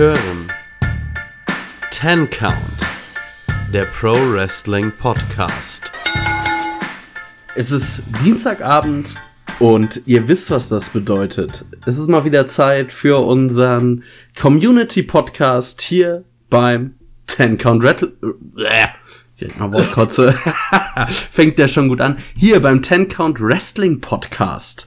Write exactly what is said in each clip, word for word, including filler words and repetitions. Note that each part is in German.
hören Ten Count, der Pro Wrestling Podcast. Es ist Dienstagabend und ihr wisst, was das bedeutet. Es ist mal wieder Zeit für unseren Community Podcast hier beim Ten Count Wrestling. Wortkotze. Fängt ja schon gut an. Hier beim Ten Count Wrestling Podcast.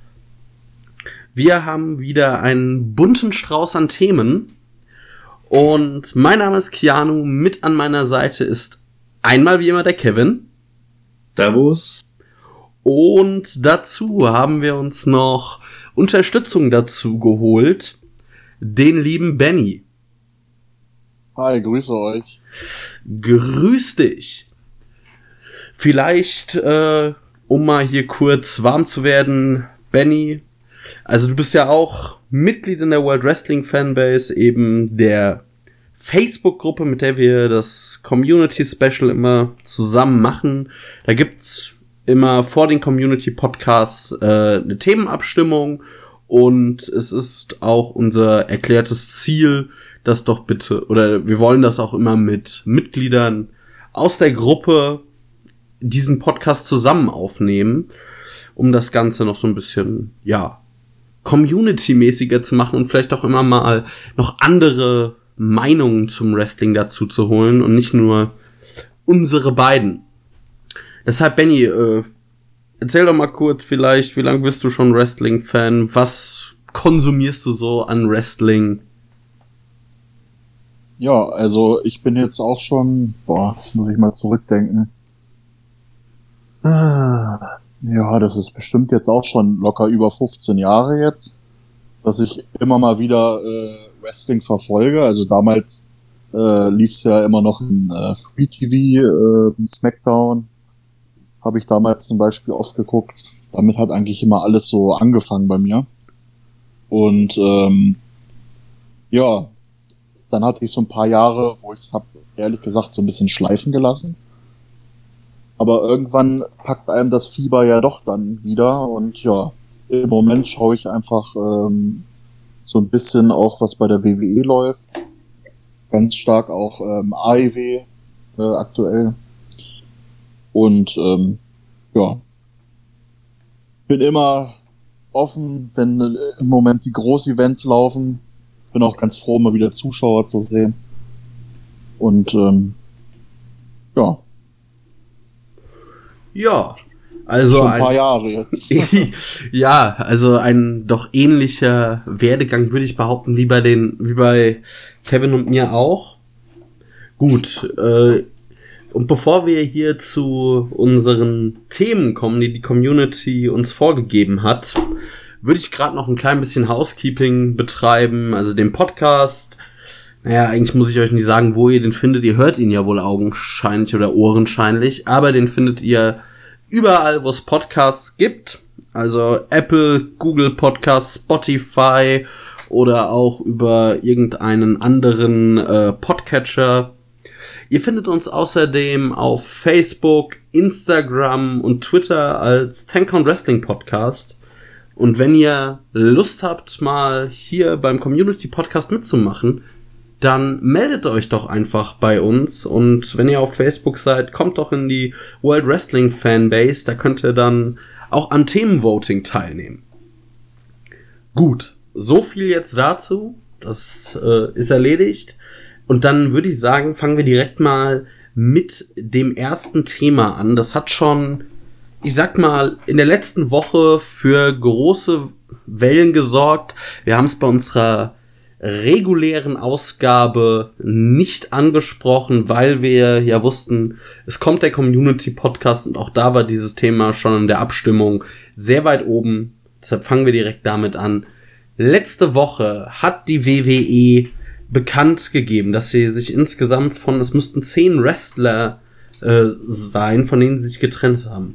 Wir haben wieder einen bunten Strauß an Themen. Und mein Name ist Keanu. Mit an meiner Seite ist einmal wie immer der Kevin. Servus. Und dazu haben wir uns noch Unterstützung dazu geholt. Den lieben Benny. Hi, grüße euch. Grüß dich. Vielleicht, äh, um mal hier kurz warm zu werden, Benny, also du bist ja auch Mitglied in der World Wrestling Fanbase, eben der Facebook-Gruppe, mit der wir das Community Special immer zusammen machen. Da gibt's immer vor den Community Podcasts äh, eine Themenabstimmung und es ist auch unser erklärtes Ziel, das doch bitte, oder wir wollen das auch immer mit Mitgliedern aus der Gruppe diesen Podcast zusammen aufnehmen, um das Ganze noch so ein bisschen, ja, Community-mäßiger zu machen und vielleicht auch immer mal noch andere Meinungen zum Wrestling dazu zu holen und nicht nur unsere beiden. Deshalb, Benny, äh, erzähl doch mal kurz vielleicht, wie lange bist du schon Wrestling-Fan? Was konsumierst du so an Wrestling? Ja, also ich bin jetzt auch schon, boah, das muss ich mal zurückdenken. Ah, ja, das ist bestimmt jetzt auch schon locker über fünfzehn Jahre jetzt, dass ich immer mal wieder äh, Wrestling verfolge. Also damals äh, lief's ja immer noch in äh, Free T V, äh, Smackdown. Habe ich damals zum Beispiel oft geguckt. Damit hat eigentlich immer alles so angefangen bei mir. Und ähm, ja, dann hatte ich so ein paar Jahre, wo ich es hab, ehrlich gesagt, so ein bisschen schleifen gelassen. Aber irgendwann packt einem das Fieber ja doch dann wieder. Und ja, im Moment schaue ich einfach ähm, so ein bisschen auch, was bei der W W E läuft. Ganz stark auch ähm, A E W äh, aktuell. Und ähm, ja, bin immer offen, wenn äh, im Moment die Groß-Events laufen. Bin auch ganz froh, mal wieder Zuschauer zu sehen. Und ähm, ja. Ja, also schon ein paar ein, Jahre jetzt. Ja, also ein doch ähnlicher Werdegang würde ich behaupten, wie bei den, wie bei Kevin und mir auch. Gut, äh, und bevor wir hier zu unseren Themen kommen, die die Community uns vorgegeben hat, würde ich gerade noch ein klein bisschen Housekeeping betreiben, also den Podcast. Naja, eigentlich muss ich euch nicht sagen, wo ihr den findet. Ihr hört ihn ja wohl augenscheinlich oder ohrenscheinlich, aber den findet ihr überall, wo es Podcasts gibt. Also Apple, Google Podcasts, Spotify oder auch über irgendeinen anderen äh, Podcatcher. Ihr findet uns außerdem auf Facebook, Instagram und Twitter als Ten Count Wrestling Podcast. Und wenn ihr Lust habt, mal hier beim Community Podcast mitzumachen, dann meldet euch doch einfach bei uns. Und wenn ihr auf Facebook seid, kommt doch in die World Wrestling Fanbase. Da könnt ihr dann auch am Themenvoting teilnehmen. Gut, so viel jetzt dazu. Das äh, ist erledigt. Und dann würde ich sagen, fangen wir direkt mal mit dem ersten Thema an. Das hat schon, ich sag mal, in der letzten Woche für große Wellen gesorgt. Wir haben es bei unserer regulären Ausgabe nicht angesprochen, weil wir ja wussten, es kommt der Community Podcast und auch da war dieses Thema schon in der Abstimmung sehr weit oben. Deshalb fangen wir direkt damit an. Letzte Woche hat die W W E bekannt gegeben, dass sie sich insgesamt von, es müssten zehn Wrestler äh, sein, von denen sie sich getrennt haben.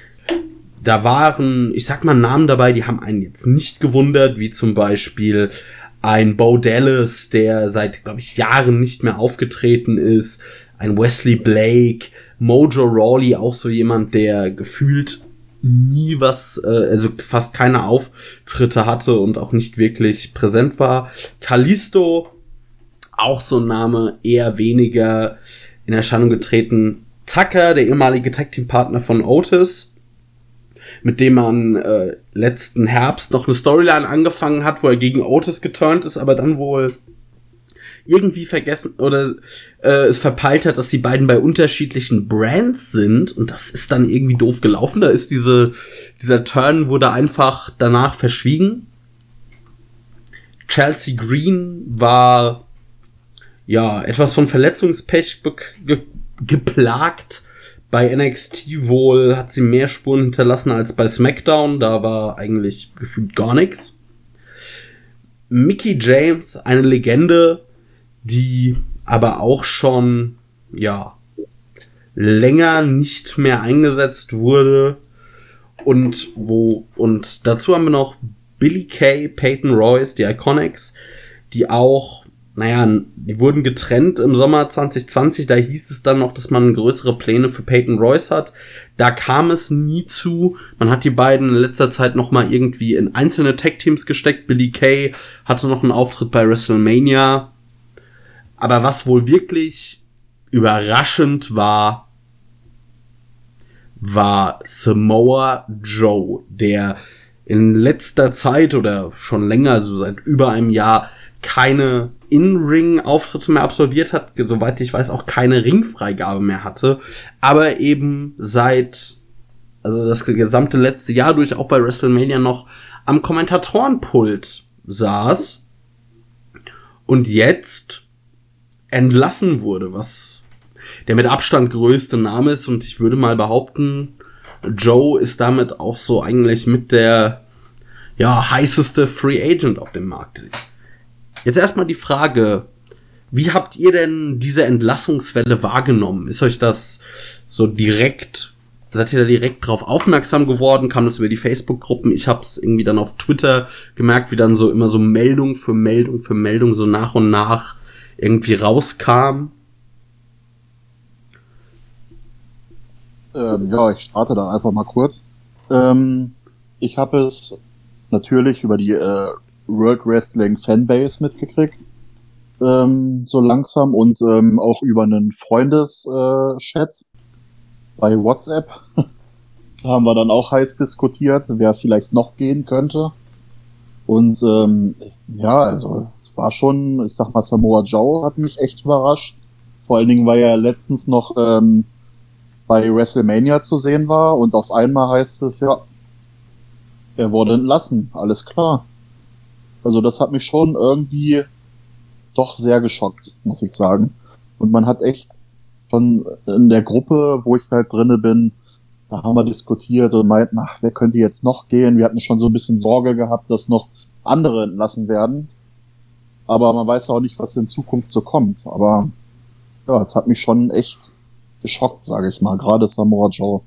Da waren, ich sag mal, Namen dabei, die haben einen jetzt nicht gewundert, wie zum Beispiel ein Bo Dallas, der seit, glaube ich, Jahren nicht mehr aufgetreten ist, ein Wesley Blake, Mojo Rawley, auch so jemand, der gefühlt nie was, äh, also fast keine Auftritte hatte und auch nicht wirklich präsent war. Kalisto, auch so ein Name, eher weniger in Erscheinung getreten. Tucker, der ehemalige Tag-Team-Partner von Otis, mit dem man äh, letzten Herbst noch eine Storyline angefangen hat, wo er gegen Otis geturnt ist, aber dann wohl irgendwie vergessen oder äh, es verpeilt hat, dass die beiden bei unterschiedlichen Brands sind, und das ist dann irgendwie doof gelaufen. Da ist diese dieser Turn wurde einfach danach verschwiegen. Chelsea Green war ja etwas von Verletzungspech be- ge- geplagt. Bei N X T wohl hat sie mehr Spuren hinterlassen als bei SmackDown. Da war eigentlich gefühlt gar nichts. Mickie James, eine Legende, die aber auch schon, ja, länger nicht mehr eingesetzt wurde. Und wo, und dazu haben wir noch Billie Kay, Peyton Royce, die Iconics, die auch, naja, die wurden getrennt im Sommer zwanzig zwanzig, da hieß es dann noch, dass man größere Pläne für Peyton Royce hat. Da kam es nie zu. Man hat die beiden in letzter Zeit noch mal irgendwie in einzelne Tag-Teams gesteckt. Billie Kay hatte noch einen Auftritt bei WrestleMania. Aber was wohl wirklich überraschend war, war Samoa Joe, der in letzter Zeit oder schon länger, also seit über einem Jahr, keine In-Ring-Auftritte mehr absolviert hat, soweit ich weiß auch keine Ringfreigabe mehr hatte, aber eben seit, also das gesamte letzte Jahr durch auch bei WrestleMania noch am Kommentatorenpult saß und jetzt entlassen wurde, was der mit Abstand größte Name ist, und ich würde mal behaupten, Joe ist damit auch so eigentlich mit der ja heißeste Free Agent auf dem Markt. Jetzt erstmal die Frage, wie habt ihr denn diese Entlassungswelle wahrgenommen? Ist euch das so direkt, seid ihr da direkt drauf aufmerksam geworden? Kam das über die Facebook-Gruppen? Ich hab's irgendwie dann auf Twitter gemerkt, wie dann so immer so Meldung für Meldung für Meldung so nach und nach irgendwie rauskam. Ähm, ja, ich starte dann einfach mal kurz. Ähm, ich habe es natürlich über die äh, World Wrestling Fanbase mitgekriegt, ähm, so langsam, und ähm, auch über einen Freundes-Chat äh, bei WhatsApp. Da haben wir dann auch heiß diskutiert, wer vielleicht noch gehen könnte. Und ähm, ja, also es war schon, ich sag mal, Samoa Joe hat mich echt überrascht. Vor allen Dingen, weil er letztens noch ähm, bei WrestleMania zu sehen war, und auf einmal heißt es, ja, er wurde entlassen, alles klar. Also das hat mich schon irgendwie doch sehr geschockt, muss ich sagen. Und man hat echt schon in der Gruppe, wo ich halt drinne bin, da haben wir diskutiert und meinten, ach, wer könnte jetzt noch gehen? Wir hatten schon so ein bisschen Sorge gehabt, dass noch andere entlassen werden. Aber man weiß auch nicht, was in Zukunft so kommt. Aber ja, es hat mich schon echt geschockt, sage ich mal, gerade Samoa Joe.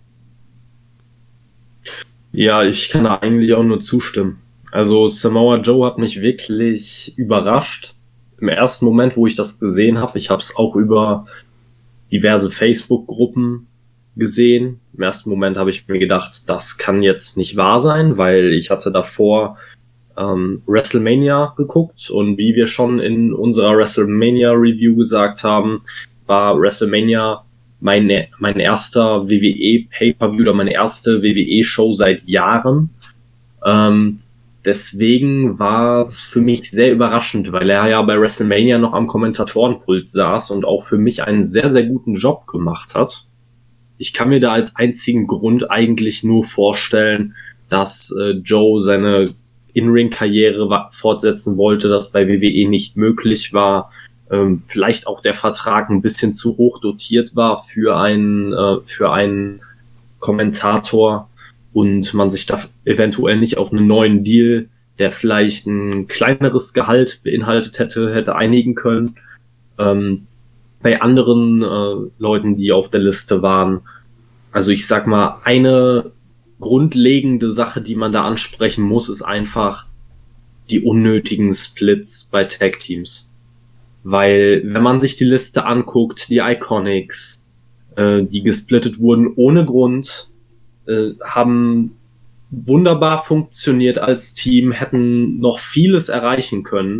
Ja, ich kann da eigentlich auch nur zustimmen. Also Samoa Joe hat mich wirklich überrascht. Im ersten Moment, wo ich das gesehen habe, ich habe es auch über diverse Facebook-Gruppen gesehen. Im ersten Moment habe ich mir gedacht, das kann jetzt nicht wahr sein, weil ich hatte davor ähm, WrestleMania geguckt, und wie wir schon in unserer WrestleMania-Review gesagt haben, war WrestleMania mein, mein erster W W E-Pay-Per-View oder meine erste W W E-Show seit Jahren. Ähm, deswegen war es für mich sehr überraschend, weil er ja bei WrestleMania noch am Kommentatorenpult saß und auch für mich einen sehr, sehr guten Job gemacht hat. Ich kann mir da als einzigen Grund eigentlich nur vorstellen, dass äh, Joe seine In-Ring-Karriere wa- fortsetzen wollte, das bei W W E nicht möglich war. Ähm, vielleicht auch der Vertrag ein bisschen zu hoch dotiert war für einen, äh, für einen Kommentator und man sich da eventuell nicht auf einen neuen Deal, der vielleicht ein kleineres Gehalt beinhaltet hätte, hätte einigen können. Ähm, bei anderen äh, Leuten, die auf der Liste waren, also ich sag mal, eine grundlegende Sache, die man da ansprechen muss, ist einfach die unnötigen Splits bei Tag-Teams. Weil, wenn man sich die Liste anguckt, die Iconics, äh, die gesplittet wurden ohne Grund, äh, haben wunderbar funktioniert als Team, hätten noch vieles erreichen können.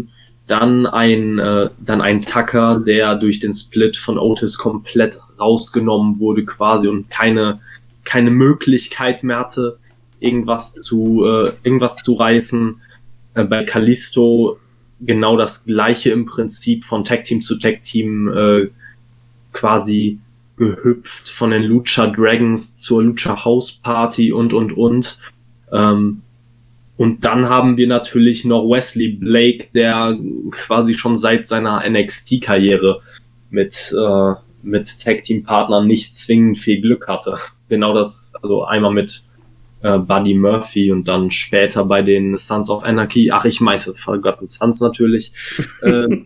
Dann ein, äh, dann ein Tucker, der durch den Split von Otis komplett rausgenommen wurde quasi und keine, keine Möglichkeit mehr hatte, irgendwas zu, äh, irgendwas zu reißen. Äh, bei Kalisto genau das gleiche im Prinzip, von Tag Team zu Tag Team äh, quasi gehüpft, von den Lucha Dragons zur Lucha House Party und, und, und. Ähm, Und dann haben wir natürlich noch Wesley Blake, der quasi schon seit seiner N X T-Karriere mit, äh, mit Tag-Team-Partnern nicht zwingend viel Glück hatte. Genau das, also einmal mit äh, Buddy Murphy und dann später bei den Sons of Anarchy. Ach, ich meinte Forgotten Sons natürlich. ähm,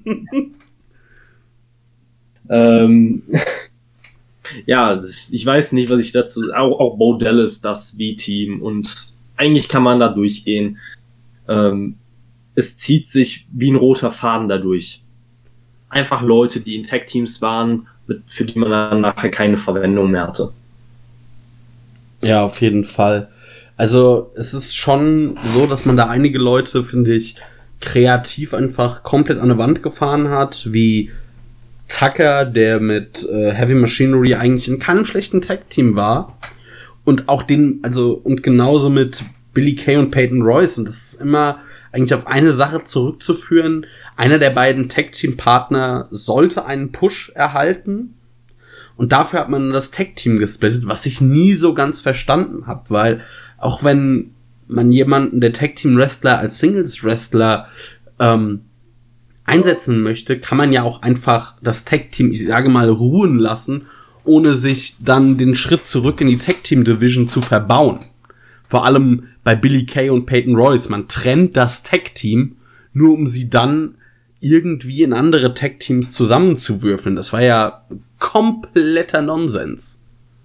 ähm, ja, ich weiß nicht, was ich dazu... Auch, auch Bo Dallas, das V-Team und eigentlich kann man da durchgehen. Ähm, es zieht sich wie ein roter Faden dadurch. Einfach Leute, die in Tag-Teams waren, mit, für die man dann nachher keine Verwendung mehr hatte. Ja, auf jeden Fall. Also es ist schon so, dass man da einige Leute, finde ich, kreativ einfach komplett an der Wand gefahren hat, wie Tucker, der mit äh, Heavy Machinery eigentlich in keinem schlechten Tag-Team war. Und auch den, also, und genauso mit Billy Kay und Peyton Royce. Und das ist immer eigentlich auf eine Sache zurückzuführen. Einer der beiden Tag-Team-Partner sollte einen Push erhalten. Und dafür hat man das Tag-Team gesplittet, was ich nie so ganz verstanden habe. Weil auch wenn man jemanden, der Tag-Team-Wrestler als Singles-Wrestler ähm, einsetzen möchte, kann man ja auch einfach das Tag-Team, ich sage mal, ruhen lassen, ohne sich dann den Schritt zurück in die Tag-Team-Division zu verbauen. Vor allem bei Billy Kay und Peyton Royce. Man trennt das Tag-Team, nur um sie dann irgendwie in andere Tag-Teams zusammenzuwürfeln. Das war ja kompletter Nonsens.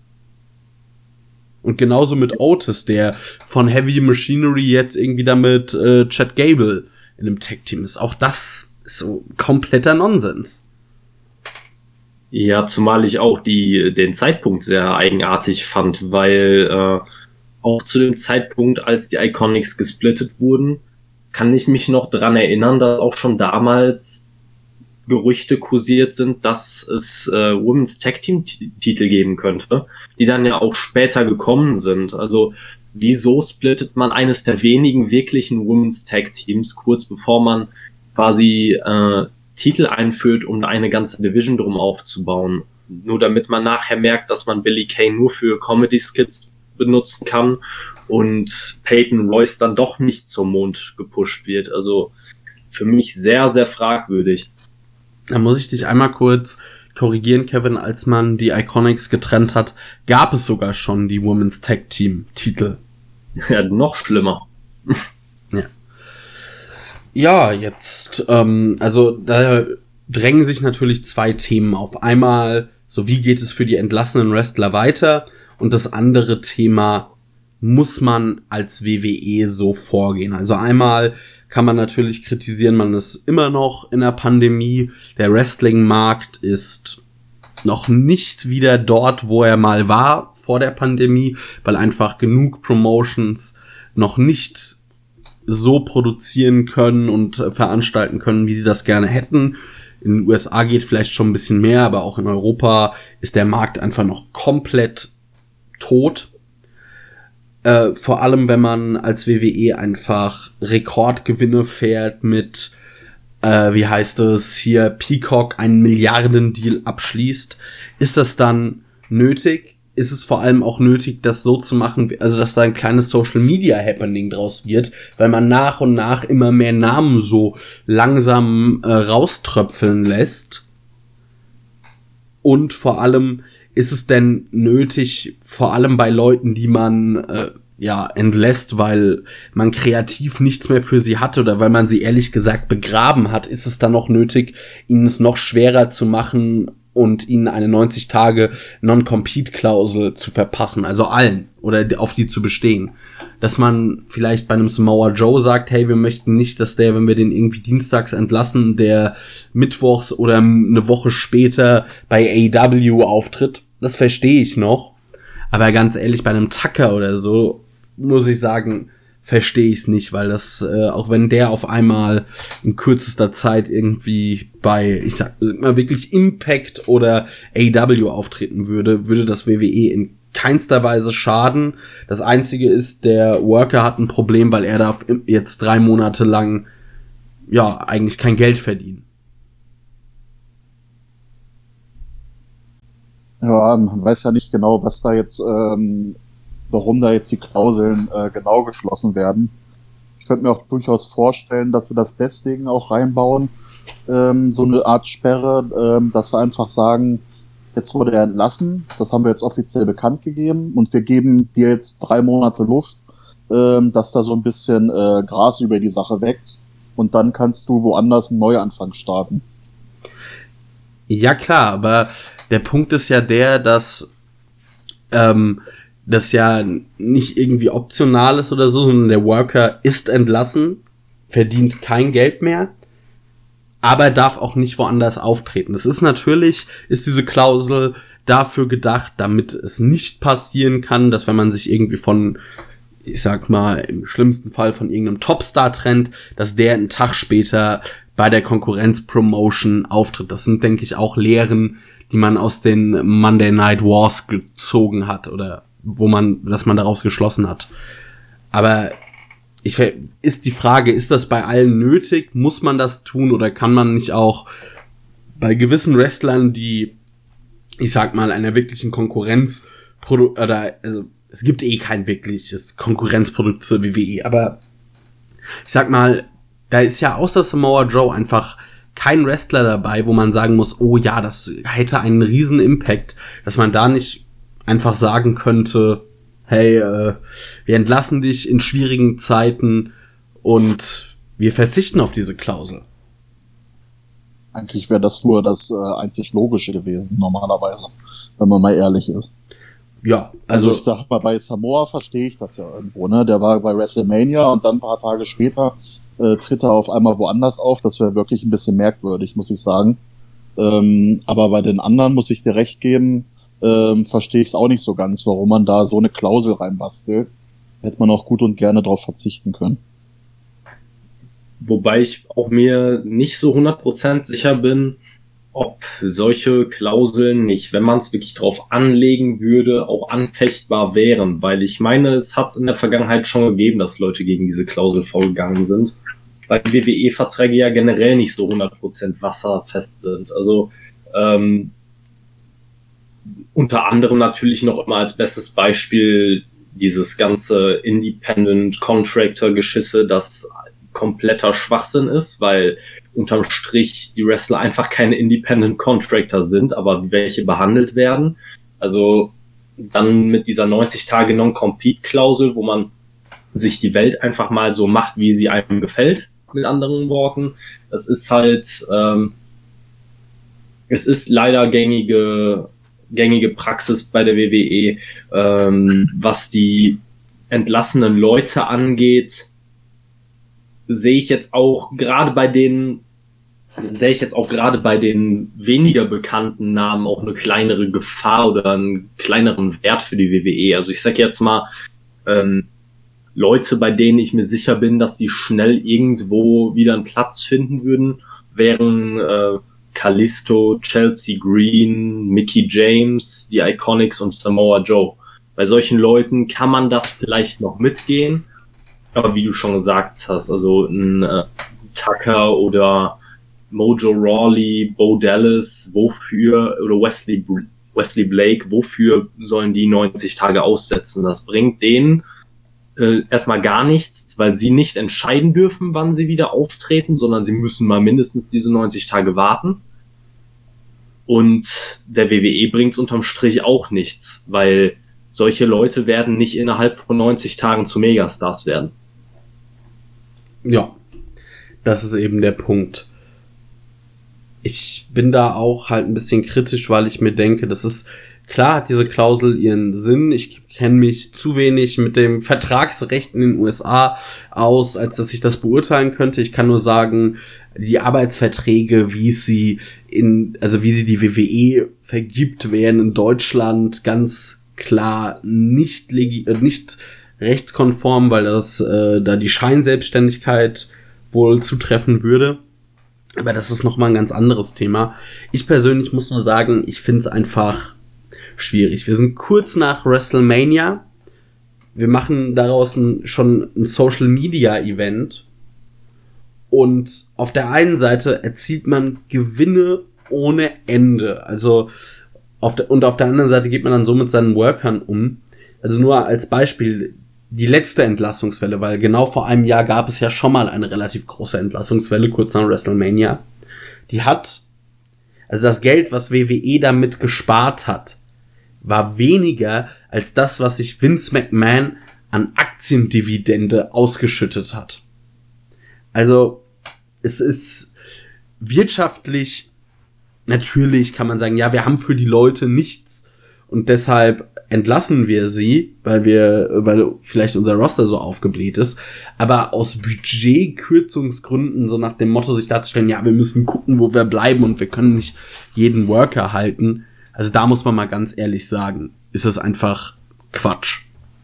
Und genauso mit Otis, der von Heavy Machinery jetzt irgendwie damit äh, Chad Gable in einem Tag-Team ist. Auch das ist so kompletter Nonsens. Ja, zumal ich auch die, den Zeitpunkt sehr eigenartig fand, weil äh, auch zu dem Zeitpunkt, als die Iconics gesplittet wurden, kann ich mich noch dran erinnern, dass auch schon damals Gerüchte kursiert sind, dass es äh, Women's Tag Team Titel geben könnte, die dann ja auch später gekommen sind. Also wieso splittet man eines der wenigen wirklichen Women's Tag Teams kurz bevor man quasi äh, Titel einführt, um eine ganze Division drum aufzubauen. Nur damit man nachher merkt, dass man Billy Kay nur für Comedy-Skits benutzen kann und Peyton Royce dann doch nicht zum Mond gepusht wird. Also für mich sehr, sehr fragwürdig. Da muss ich dich einmal kurz korrigieren, Kevin. Als man die Iconics getrennt hat, gab es sogar schon die Women's Tag Team Titel. Ja, noch schlimmer. Ja. Ja, jetzt, ähm, also da drängen sich natürlich zwei Themen auf. Einmal, so wie geht es für die entlassenen Wrestler weiter? Und das andere Thema, muss man als W W E so vorgehen? Also einmal kann man natürlich kritisieren, man ist immer noch in der Pandemie. Der Wrestling-Markt ist noch nicht wieder dort, wo er mal war vor der Pandemie, weil einfach genug Promotions noch nicht so produzieren können und äh, veranstalten können, wie sie das gerne hätten. In den U S A geht vielleicht schon ein bisschen mehr, aber auch in Europa ist der Markt einfach noch komplett tot. Äh, vor allem, wenn man als W W E einfach Rekordgewinne fährt mit, äh, wie heißt es, hier Peacock einen Milliardendeal abschließt, ist das dann nötig? Ist es vor allem auch nötig, das so zu machen, also dass da ein kleines Social-Media-Happening draus wird, weil man nach und nach immer mehr Namen so langsam äh, rauströpfeln lässt? Und vor allem, ist es denn nötig, vor allem bei Leuten, die man äh, ja entlässt, weil man kreativ nichts mehr für sie hatte oder weil man sie ehrlich gesagt begraben hat, ist es dann noch nötig, ihnen es noch schwerer zu machen und ihnen eine neunzig Tage Non-Compete-Klausel zu verpassen, also allen, oder auf die zu bestehen. Dass man vielleicht bei einem Samoa Joe sagt, hey, wir möchten nicht, dass der, wenn wir den irgendwie dienstags entlassen, der mittwochs oder eine Woche später bei A E W auftritt. Das verstehe ich noch. Aber ganz ehrlich, bei einem Tucker oder so, muss ich sagen, verstehe ich es nicht, weil das, äh, auch wenn der auf einmal in kürzester Zeit irgendwie bei, ich sag mal wirklich Impact oder A E W auftreten würde, würde das W W E in keinster Weise schaden. Das Einzige ist, der Worker hat ein Problem, weil er darf jetzt drei Monate lang ja eigentlich kein Geld verdienen. Ja, man weiß ja nicht genau, was da jetzt, ähm, warum da jetzt die Klauseln äh, genau geschlossen werden. Ich könnte mir auch durchaus vorstellen, dass sie das deswegen auch reinbauen, ähm, so eine Art Sperre, ähm, dass sie einfach sagen, jetzt wurde er entlassen, das haben wir jetzt offiziell bekannt gegeben und wir geben dir jetzt drei Monate Luft, ähm, dass da so ein bisschen äh, Gras über die Sache wächst und dann kannst du woanders einen Neuanfang starten. Ja klar, aber der Punkt ist ja der, dass ähm, das ja nicht irgendwie optional ist oder so, sondern der Worker ist entlassen, verdient kein Geld mehr, aber darf auch nicht woanders auftreten. Das ist natürlich, ist diese Klausel dafür gedacht, damit es nicht passieren kann, dass wenn man sich irgendwie von, ich sag mal, im schlimmsten Fall von irgendeinem Topstar trennt, dass der einen Tag später bei der Konkurrenz-Promotion auftritt. Das sind, denke ich, auch Lehren, die man aus den Monday Night Wars gezogen hat oder wo man, dass man daraus geschlossen hat. Aber ich, ist die Frage, ist das bei allen nötig? Muss man das tun oder kann man nicht auch bei gewissen Wrestlern, die, ich sag mal, einer wirklichen Konkurrenz oder, also es gibt eh kein wirkliches Konkurrenzprodukt zur W W E, aber ich sag mal, da ist ja außer Samoa Joe einfach kein Wrestler dabei, wo man sagen muss, oh ja, das hätte einen riesen Impact, dass man da nicht einfach sagen könnte, hey, äh, wir entlassen dich in schwierigen Zeiten und wir verzichten auf diese Klausel. Eigentlich wäre das nur das äh, einzig Logische gewesen, normalerweise, wenn man mal ehrlich ist. Ja, also, also ich sag mal, bei Samoa verstehe ich das ja irgendwo, ne? Der war bei WrestleMania und dann ein paar Tage später äh, tritt er auf einmal woanders auf. Das wäre wirklich ein bisschen merkwürdig, muss ich sagen. Ähm, aber bei den anderen muss ich dir recht geben, ähm, verstehe ich es auch nicht so ganz, warum man da so eine Klausel reinbastelt. Hätte man auch gut und gerne darauf verzichten können. Wobei ich auch mir nicht so hundert Prozent sicher bin, ob solche Klauseln nicht, wenn man es wirklich drauf anlegen würde, auch anfechtbar wären. Weil ich meine, es hat es in der Vergangenheit schon gegeben, dass Leute gegen diese Klausel vorgegangen sind. Weil W W E-Verträge ja generell nicht so hundert Prozent wasserfest sind. Also ähm, unter anderem natürlich noch immer als bestes Beispiel dieses ganze Independent Contractor-Geschisse, das kompletter Schwachsinn ist, weil unterm Strich die Wrestler einfach keine Independent Contractor sind, aber wie welche behandelt werden. Also dann mit dieser neunzig Tage Non-Compete-Klausel, wo man sich die Welt einfach mal so macht, wie sie einem gefällt, mit anderen Worten. Das ist halt, ähm, es ist leider gängige, gängige Praxis bei der W W E, ähm, was die entlassenen Leute angeht, sehe ich jetzt auch gerade bei den sehe ich jetzt auch gerade bei den weniger bekannten Namen auch eine kleinere Gefahr oder einen kleineren Wert für die W W E. Also ich sag jetzt mal, ähm, Leute, bei denen ich mir sicher bin, dass sie schnell irgendwo wieder einen Platz finden würden, wären äh, Kalisto, Chelsea Green, Mickie James, die Iconics und Samoa Joe. Bei solchen Leuten kann man das vielleicht noch mitgehen, aber wie du schon gesagt hast, also ein äh, Tucker oder Mojo Rawley, Bo Dallas, wofür, oder Wesley, Wesley Blake, wofür sollen die neunzig Tage aussetzen? Das bringt denen äh, erstmal gar nichts, weil sie nicht entscheiden dürfen, wann sie wieder auftreten, sondern sie müssen mal mindestens diese neunzig Tage warten. Und der W W E bringt es unterm Strich auch nichts, weil solche Leute werden nicht innerhalb von neunzig Tagen zu Megastars werden. Ja, das ist eben der Punkt. Ich bin da auch halt ein bisschen kritisch, weil ich mir denke, das ist, klar hat diese Klausel ihren Sinn. Ich kenne mich zu wenig mit dem Vertragsrecht in den U S A aus, als dass ich das beurteilen könnte. Ich kann nur sagen, die Arbeitsverträge, wie sie in, also wie sie die W W E vergibt, werden in Deutschland ganz klar nicht legi- nicht rechtskonform, weil das äh, da die Scheinselbstständigkeit wohl zutreffen würde. Aber das ist nochmal ein ganz anderes Thema. Ich persönlich muss nur sagen, ich finde es einfach schwierig. Wir sind kurz nach WrestleMania. Wir machen daraus ein, schon ein Social-Media-Event. Und auf der einen Seite erzielt man Gewinne ohne Ende. Also auf der, und auf der anderen Seite geht man dann so mit seinen Workern um. Also nur als Beispiel die letzte Entlassungswelle, weil genau vor einem Jahr gab es ja schon mal eine relativ große Entlassungswelle, kurz nach WrestleMania. Die hat, also das Geld, was W W E damit gespart hat, war weniger als das, was sich Vince McMahon an Aktiendividende ausgeschüttet hat. Also es ist wirtschaftlich, natürlich kann man sagen, ja, wir haben für die Leute nichts und deshalb entlassen wir sie, weil wir, weil vielleicht unser Roster so aufgebläht ist, aber aus Budgetkürzungsgründen, so nach dem Motto sich darzustellen, ja, wir müssen gucken, wo wir bleiben und wir können nicht jeden Worker halten. Also da muss man mal ganz ehrlich sagen, ist es einfach Quatsch.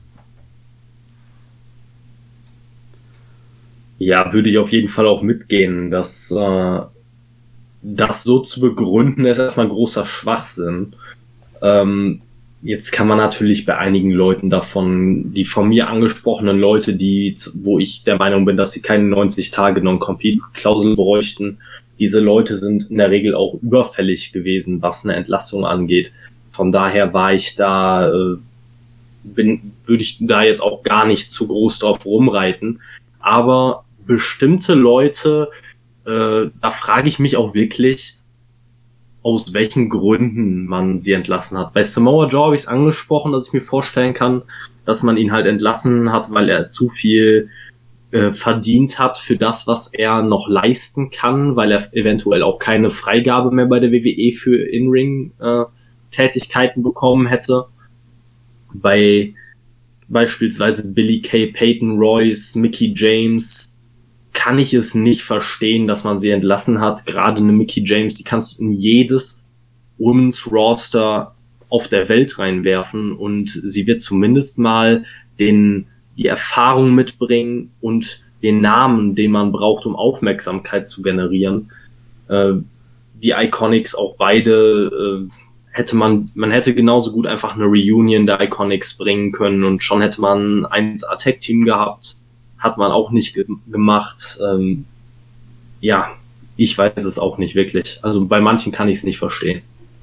Ja, würde ich auf jeden Fall auch mitgehen, dass äh, das so zu begründen ist erstmal großer Schwachsinn. Ähm, Jetzt kann man natürlich bei einigen Leuten davon, die von mir angesprochenen Leute, die, wo ich der Meinung bin, dass sie keine neunzig Tage Non-Compete-Klausel bräuchten, diese Leute sind in der Regel auch überfällig gewesen, was eine Entlassung angeht. Von daher war ich da, äh, bin, würde ich da jetzt auch gar nicht zu groß drauf rumreiten. Aber bestimmte Leute, äh, da frage ich mich auch wirklich, aus welchen Gründen man sie entlassen hat. Bei Samoa Joe habe ich es angesprochen, dass ich mir vorstellen kann, dass man ihn halt entlassen hat, weil er zu viel äh, verdient hat für das, was er noch leisten kann, weil er eventuell auch keine Freigabe mehr bei der W W E für In-Ring-Tätigkeiten äh, bekommen hätte. Bei beispielsweise Billy Kay, Peyton Royce, Mickie James kann ich es nicht verstehen, dass man sie entlassen hat. Gerade eine Mickie James, die kannst du in jedes Women's Roster auf der Welt reinwerfen und sie wird zumindest mal den, die Erfahrung mitbringen und den Namen, den man braucht, um Aufmerksamkeit zu generieren. Äh, die Iconics auch beide, äh, hätte man, man hätte genauso gut einfach eine Reunion der Iconics bringen können und schon hätte man ein eins A-Tag-Team gehabt. Hat man auch nicht ge- gemacht. Ähm, ja, ich weiß es auch nicht wirklich. Also bei manchen kann ich es nicht verstehen.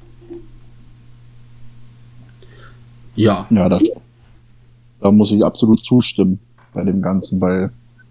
Ja. Ja, da, da muss ich absolut zustimmen bei dem Ganzen, weil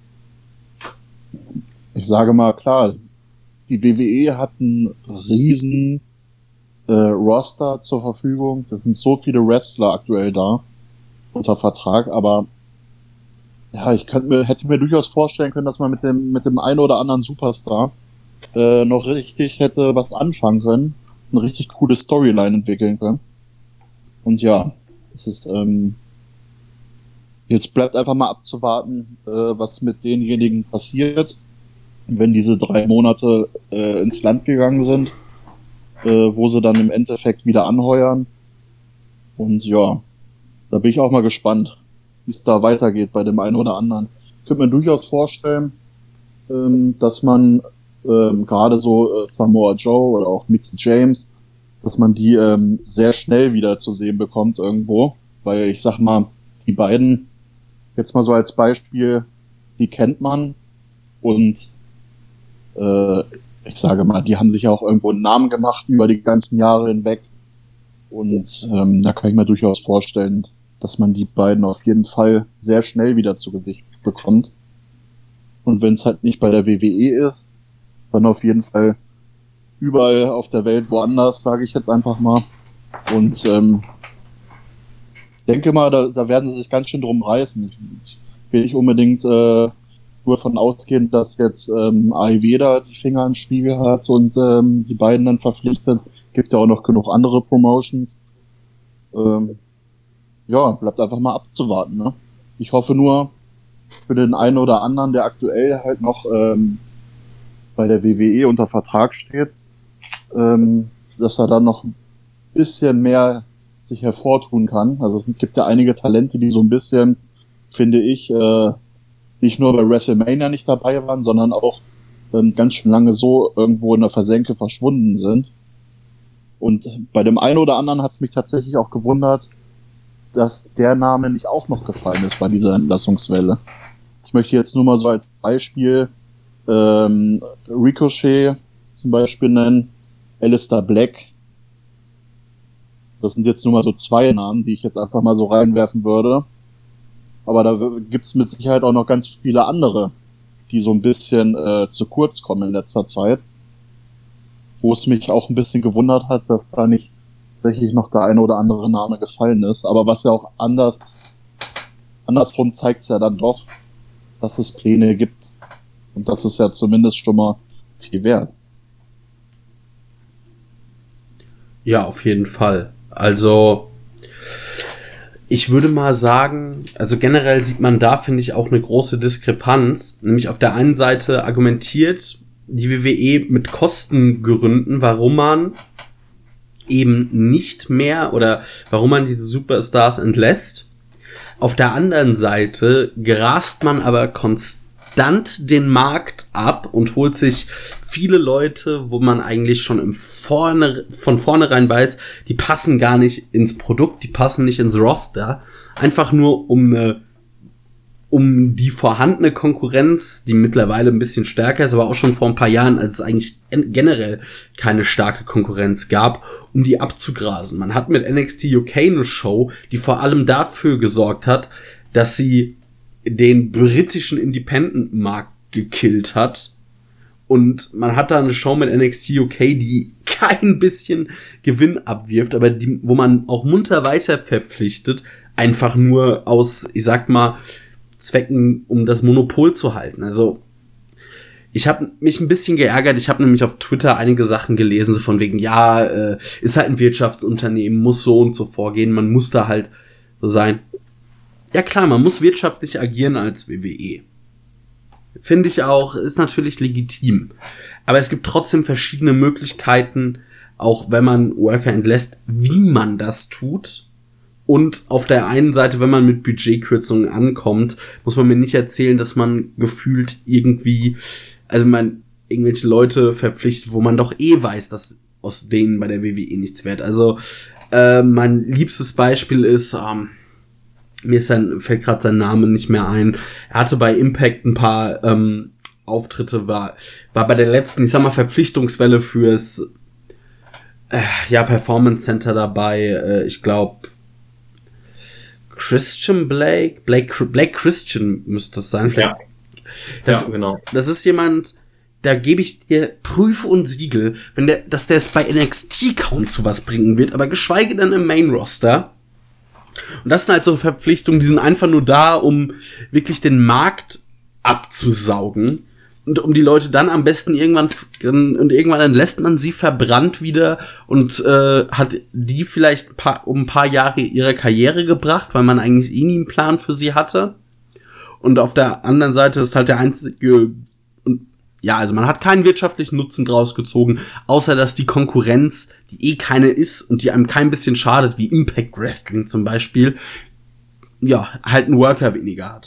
ich sage mal, klar, die W W E hat einen riesen äh, Roster zur Verfügung. Es sind so viele Wrestler aktuell da unter Vertrag, aber ja, ich könnte mir, hätte mir durchaus vorstellen können, dass man mit dem, mit dem einen oder anderen Superstar äh, noch richtig hätte was anfangen können, eine richtig coole Storyline entwickeln können. Und ja, es ist, ähm, jetzt bleibt einfach mal abzuwarten, äh, was mit denjenigen passiert, wenn diese drei Monate äh, ins Land gegangen sind, äh, wo sie dann im Endeffekt wieder anheuern. Und ja, da bin ich auch mal gespannt, wie es da weitergeht bei dem einen oder anderen. Ich könnte mir durchaus vorstellen, ähm, dass man ähm, gerade so äh, Samoa Joe oder auch Mickie James, dass man die ähm, sehr schnell wieder zu sehen bekommt irgendwo. Weil ich sag mal, die beiden, jetzt mal so als Beispiel, die kennt man und äh, ich sage mal, die haben sich ja auch irgendwo einen Namen gemacht über die ganzen Jahre hinweg. Und ähm, da kann ich mir durchaus vorstellen, dass man die beiden auf jeden Fall sehr schnell wieder zu Gesicht bekommt. Und wenn es halt nicht bei der W W E ist, dann auf jeden Fall überall auf der Welt woanders, sage ich jetzt einfach mal. Und ähm, denke mal, da, da werden sie sich ganz schön drum reißen. Ich, ich will nicht unbedingt äh, nur davon ausgehen, dass jetzt ähm, Ayurveda die Finger im Spiegel hat und ähm, die beiden dann verpflichtet. Gibt ja auch noch genug andere Promotions. Ähm, ja, bleibt einfach mal abzuwarten. Ne? Ich hoffe nur für den einen oder anderen, der aktuell halt noch ähm, bei der W W E unter Vertrag steht, ähm, dass er dann noch ein bisschen mehr sich hervortun kann. Also es gibt ja einige Talente, die so ein bisschen finde ich, äh, nicht nur bei WrestleMania nicht dabei waren, sondern auch ähm, ganz schön lange so irgendwo in der Versenke verschwunden sind. Und bei dem einen oder anderen hat es mich tatsächlich auch gewundert, dass der Name nicht auch noch gefallen ist bei dieser Entlassungswelle. Ich möchte jetzt nur mal so als Beispiel ähm, Ricochet zum Beispiel nennen, Aleister Black. Das sind jetzt nur mal so zwei Namen, die ich jetzt einfach mal so reinwerfen würde. Aber da gibt's mit Sicherheit auch noch ganz viele andere, die so ein bisschen äh, zu kurz kommen in letzter Zeit. Wo es mich auch ein bisschen gewundert hat, dass da nicht tatsächlich noch der eine oder andere Name gefallen ist. Aber was ja auch anders, andersrum zeigt es ja dann doch, dass es Pläne gibt. Und das ist ja zumindest schon mal viel wert. Ja, auf jeden Fall. Also, ich würde mal sagen, also generell sieht man da, finde ich, auch eine große Diskrepanz. Nämlich auf der einen Seite argumentiert die W W E mit Kostengründen, warum man eben nicht mehr oder warum man diese Superstars entlässt. Auf der anderen Seite grast man aber konstant den Markt ab und holt sich viele Leute, wo man eigentlich schon im Vorne, von vornherein weiß, die passen gar nicht ins Produkt, die passen nicht ins Roster. Einfach nur um eine um die vorhandene Konkurrenz, die mittlerweile ein bisschen stärker ist, aber auch schon vor ein paar Jahren, als es eigentlich generell keine starke Konkurrenz gab, um die abzugrasen. Man hat mit N X T U K eine Show, die vor allem dafür gesorgt hat, dass sie den britischen Independent-Markt gekillt hat. Und man hat da eine Show mit N X T U K, die kein bisschen Gewinn abwirft, aber die, wo man auch munter weiter verpflichtet, einfach nur aus, ich sag mal, Zwecken, um das Monopol zu halten. Also ich habe mich ein bisschen geärgert. Ich habe nämlich auf Twitter einige Sachen gelesen, so von wegen, ja, äh, ist halt ein Wirtschaftsunternehmen, muss so und so vorgehen, man muss da halt so sein. Ja klar, man muss wirtschaftlich agieren als W W E. Finde ich auch, ist natürlich legitim. Aber es gibt trotzdem verschiedene Möglichkeiten, auch wenn man Worker entlässt, wie man das tut. Und auf der einen Seite, wenn man mit Budgetkürzungen ankommt, muss man mir nicht erzählen, dass man gefühlt irgendwie, also man irgendwelche Leute verpflichtet, wo man doch eh weiß, dass aus denen bei der W W E nichts wird. Also äh, mein liebstes Beispiel ist, ähm, mir ist sein, fällt gerade sein Name nicht mehr ein. Er hatte bei Impact ein paar ähm, Auftritte, war war bei der letzten, ich sag mal, Verpflichtungswelle fürs äh, ja Performance Center dabei. Äh, ich glaube Christian Blake, Blake, Blake Christian müsste es sein. Vielleicht. Ja. Das, ja, genau. Das ist jemand, da gebe ich dir Prüf und Siegel, wenn der, dass der es bei N X T kaum zu was bringen wird, aber geschweige denn im Main Roster. Und das sind halt so Verpflichtungen, die sind einfach nur da, um wirklich den Markt abzusaugen. Und um die Leute dann am besten irgendwann, und irgendwann dann lässt man sie verbrannt wieder und äh, hat die vielleicht ein paar, um ein paar Jahre ihrer Karriere gebracht, weil man eigentlich eh nie einen Plan für sie hatte. Und auf der anderen Seite ist halt der einzige, und ja, also man hat keinen wirtschaftlichen Nutzen draus gezogen, außer dass die Konkurrenz, die eh keine ist und die einem kein bisschen schadet, wie Impact Wrestling zum Beispiel, ja, halt einen Worker weniger hat.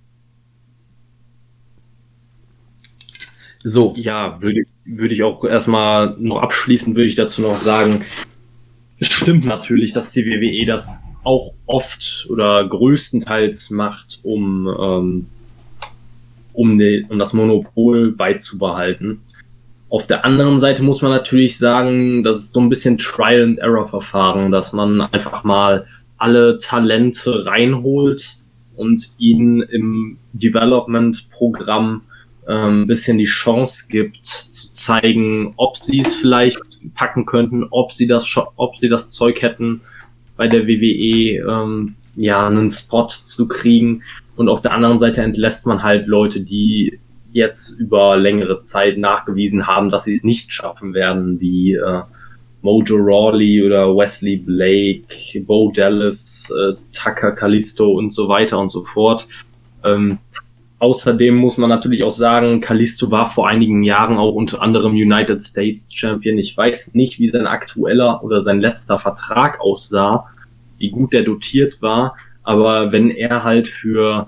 So. Ja, würde würde ich auch erstmal noch abschließend würde ich dazu noch sagen, es stimmt natürlich, dass die W W E das auch oft oder größtenteils macht, um ähm, um, ne, um das Monopol beizubehalten. Auf der anderen Seite muss man natürlich sagen, das ist so ein bisschen Trial-and-Error-Verfahren, dass man einfach mal alle Talente reinholt und ihnen im Development-Programm ein bisschen die Chance gibt, zu zeigen, ob sie es vielleicht packen könnten, ob sie das, ob sie das Zeug hätten, bei der W W E ähm, ja einen Spot zu kriegen. Und auf der anderen Seite entlässt man halt Leute, die jetzt über längere Zeit nachgewiesen haben, dass sie es nicht schaffen werden, wie äh, Mojo Rawley oder Wesley Blake, Bo Dallas, äh, Tucker Kalisto und so weiter und so fort. Ähm, Außerdem muss man natürlich auch sagen, Kalisto war vor einigen Jahren auch unter anderem United States Champion. Ich weiß nicht, wie sein aktueller oder sein letzter Vertrag aussah, wie gut der dotiert war. Aber wenn er halt für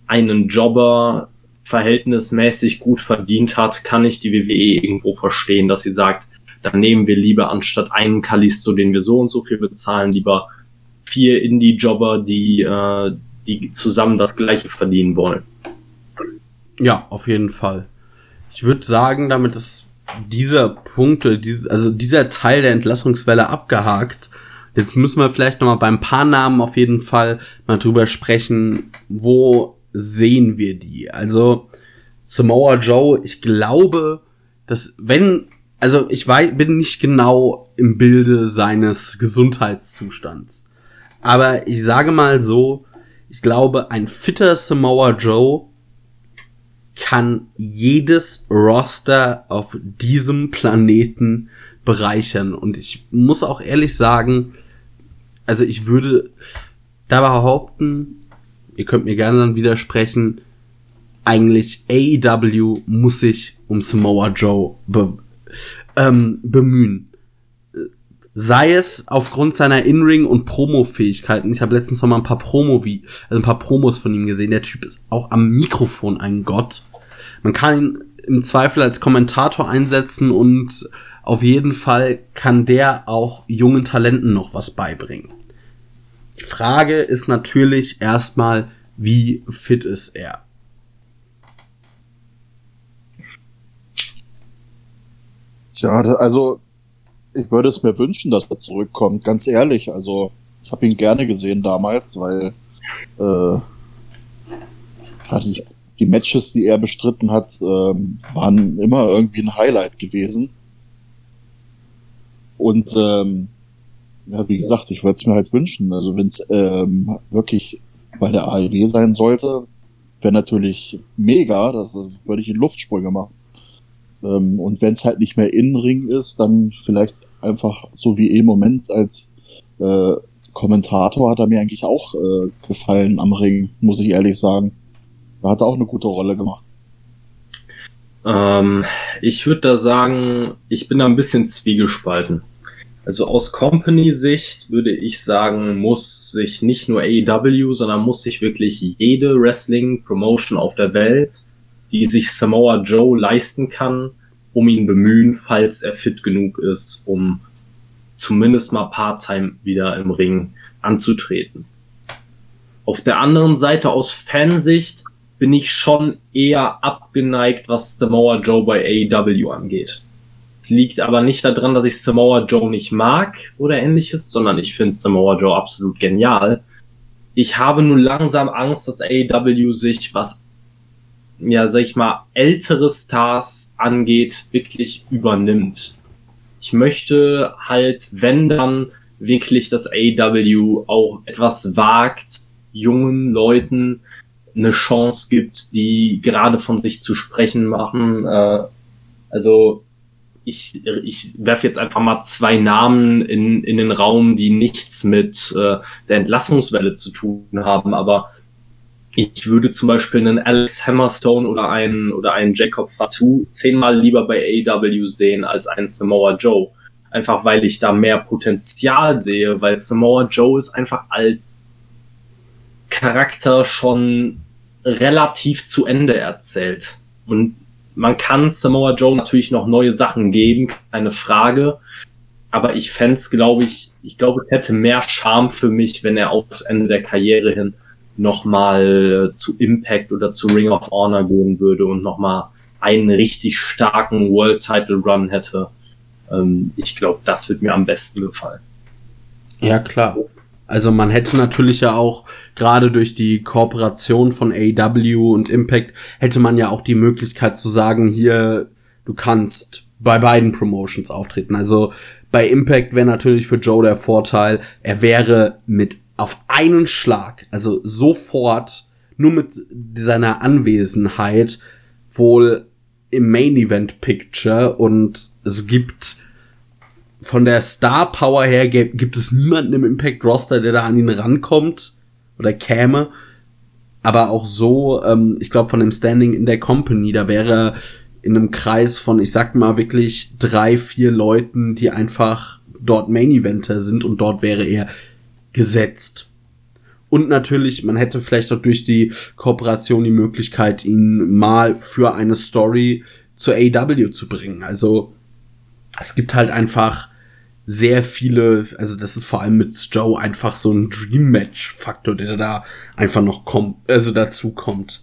einen Jobber verhältnismäßig gut verdient hat, kann ich die W W E irgendwo verstehen, dass sie sagt, dann nehmen wir lieber anstatt einen Kalisto, den wir so und so viel bezahlen, lieber vier Indie-Jobber, die, äh, die zusammen das Gleiche verdienen wollen. Ja, auf jeden Fall. Ich würde sagen, damit ist dieser Punkt, also dieser Teil der Entlassungswelle abgehakt. Jetzt müssen wir vielleicht noch mal bei ein paar Namen auf jeden Fall mal drüber sprechen, wo sehen wir die? Also Samoa Joe, ich glaube, dass wenn, also ich weiß, bin nicht genau im Bilde seines Gesundheitszustands, aber ich sage mal so, ich glaube, ein fitter Samoa Joe kann jedes Roster auf diesem Planeten bereichern. Und ich muss auch ehrlich sagen, also ich würde da behaupten, ihr könnt mir gerne dann widersprechen, eigentlich A E W muss sich um Samoa Joe be- ähm, bemühen. Sei es aufgrund seiner In-Ring- und Promo-Fähigkeiten. Ich habe letztens noch mal ein paar Promo wie also ein paar Promos von ihm gesehen. Der Typ ist auch am Mikrofon ein Gott. Man kann ihn im Zweifel als Kommentator einsetzen und auf jeden Fall kann der auch jungen Talenten noch was beibringen. Die Frage ist natürlich erstmal, wie fit ist er? Tja, also ich würde es mir wünschen, dass er zurückkommt, ganz ehrlich. Also ich habe ihn gerne gesehen damals, weil äh, die, die Matches, die er bestritten hat, äh, waren immer irgendwie ein Highlight gewesen. Und ähm, ja, wie gesagt, ich würde es mir halt wünschen. Also wenn es ähm, wirklich bei der A E W sein sollte, wäre natürlich mega. Das würde ich in Luftsprünge machen. Ähm, und wenn es halt nicht mehr In-Ring ist, dann vielleicht einfach so wie im Moment als äh, Kommentator hat er mir eigentlich auch äh, gefallen am Ring, muss ich ehrlich sagen. Da hat er auch eine gute Rolle gemacht. Ähm, ich würde da sagen, ich bin da ein bisschen zwiegespalten. Also aus Company-Sicht würde ich sagen, muss sich nicht nur A E W, sondern muss sich wirklich jede Wrestling-Promotion auf der Welt, die sich Samoa Joe leisten kann, um ihn bemühen, falls er fit genug ist, um zumindest mal Part-Time wieder im Ring anzutreten. Auf der anderen Seite aus Fansicht bin ich schon eher abgeneigt, was Samoa Joe bei A E W angeht. Es liegt aber nicht daran, dass ich Samoa Joe nicht mag oder ähnliches, sondern ich finde Samoa Joe absolut genial. Ich habe nur langsam Angst, dass A E W sich, was, ja, sag ich mal, ältere Stars angeht, wirklich übernimmt. Ich möchte halt, wenn dann, wirklich, dass A E W auch etwas wagt, jungen Leuten eine Chance gibt, die gerade von sich zu sprechen machen. Äh, also ich, ich werfe jetzt einfach mal zwei Namen in, in den Raum, die nichts mit äh, der Entlassungswelle zu tun haben, aber ich würde zum Beispiel einen Alex Hammerstone oder einen, oder einen Jacob Fatu zehnmal lieber bei A E W sehen als einen Samoa Joe. Einfach weil ich da mehr Potenzial sehe, weil Samoa Joe ist einfach als Charakter schon relativ zu Ende erzählt. Und man kann Samoa Joe natürlich noch neue Sachen geben, keine Frage. Aber ich fände es, glaube ich, ich glaube, es hätte mehr Charme für mich, wenn er aufs Ende der Karriere hin nochmal zu Impact oder zu Ring of Honor gehen würde und nochmal einen richtig starken World Title Run hätte. Ähm, ich glaube, das wird mir am besten gefallen. Ja, klar. Also man hätte natürlich ja auch, gerade durch die Kooperation von A E W und Impact, hätte man ja auch die Möglichkeit zu sagen, hier, du kannst bei beiden Promotions auftreten. Also bei Impact wäre natürlich für Joe der Vorteil, er wäre mit auf einen Schlag, also sofort, nur mit seiner Anwesenheit, wohl im Main Event Picture, und es gibt von der Star Power her gibt es niemanden im Impact Roster, der da an ihn rankommt oder käme, aber auch so, ähm, ich glaube von dem Standing in der Company, da wäre in einem Kreis von, ich sag mal wirklich drei, vier Leuten, die einfach dort Main Eventer sind, und dort wäre er gesetzt. Und natürlich, man hätte vielleicht auch durch die Kooperation die Möglichkeit, ihn mal für eine Story zur A E W zu bringen. Also es gibt halt einfach sehr viele, also das ist vor allem mit Joe einfach so ein Dream-Match-Faktor, der da einfach noch kommt, also dazu kommt.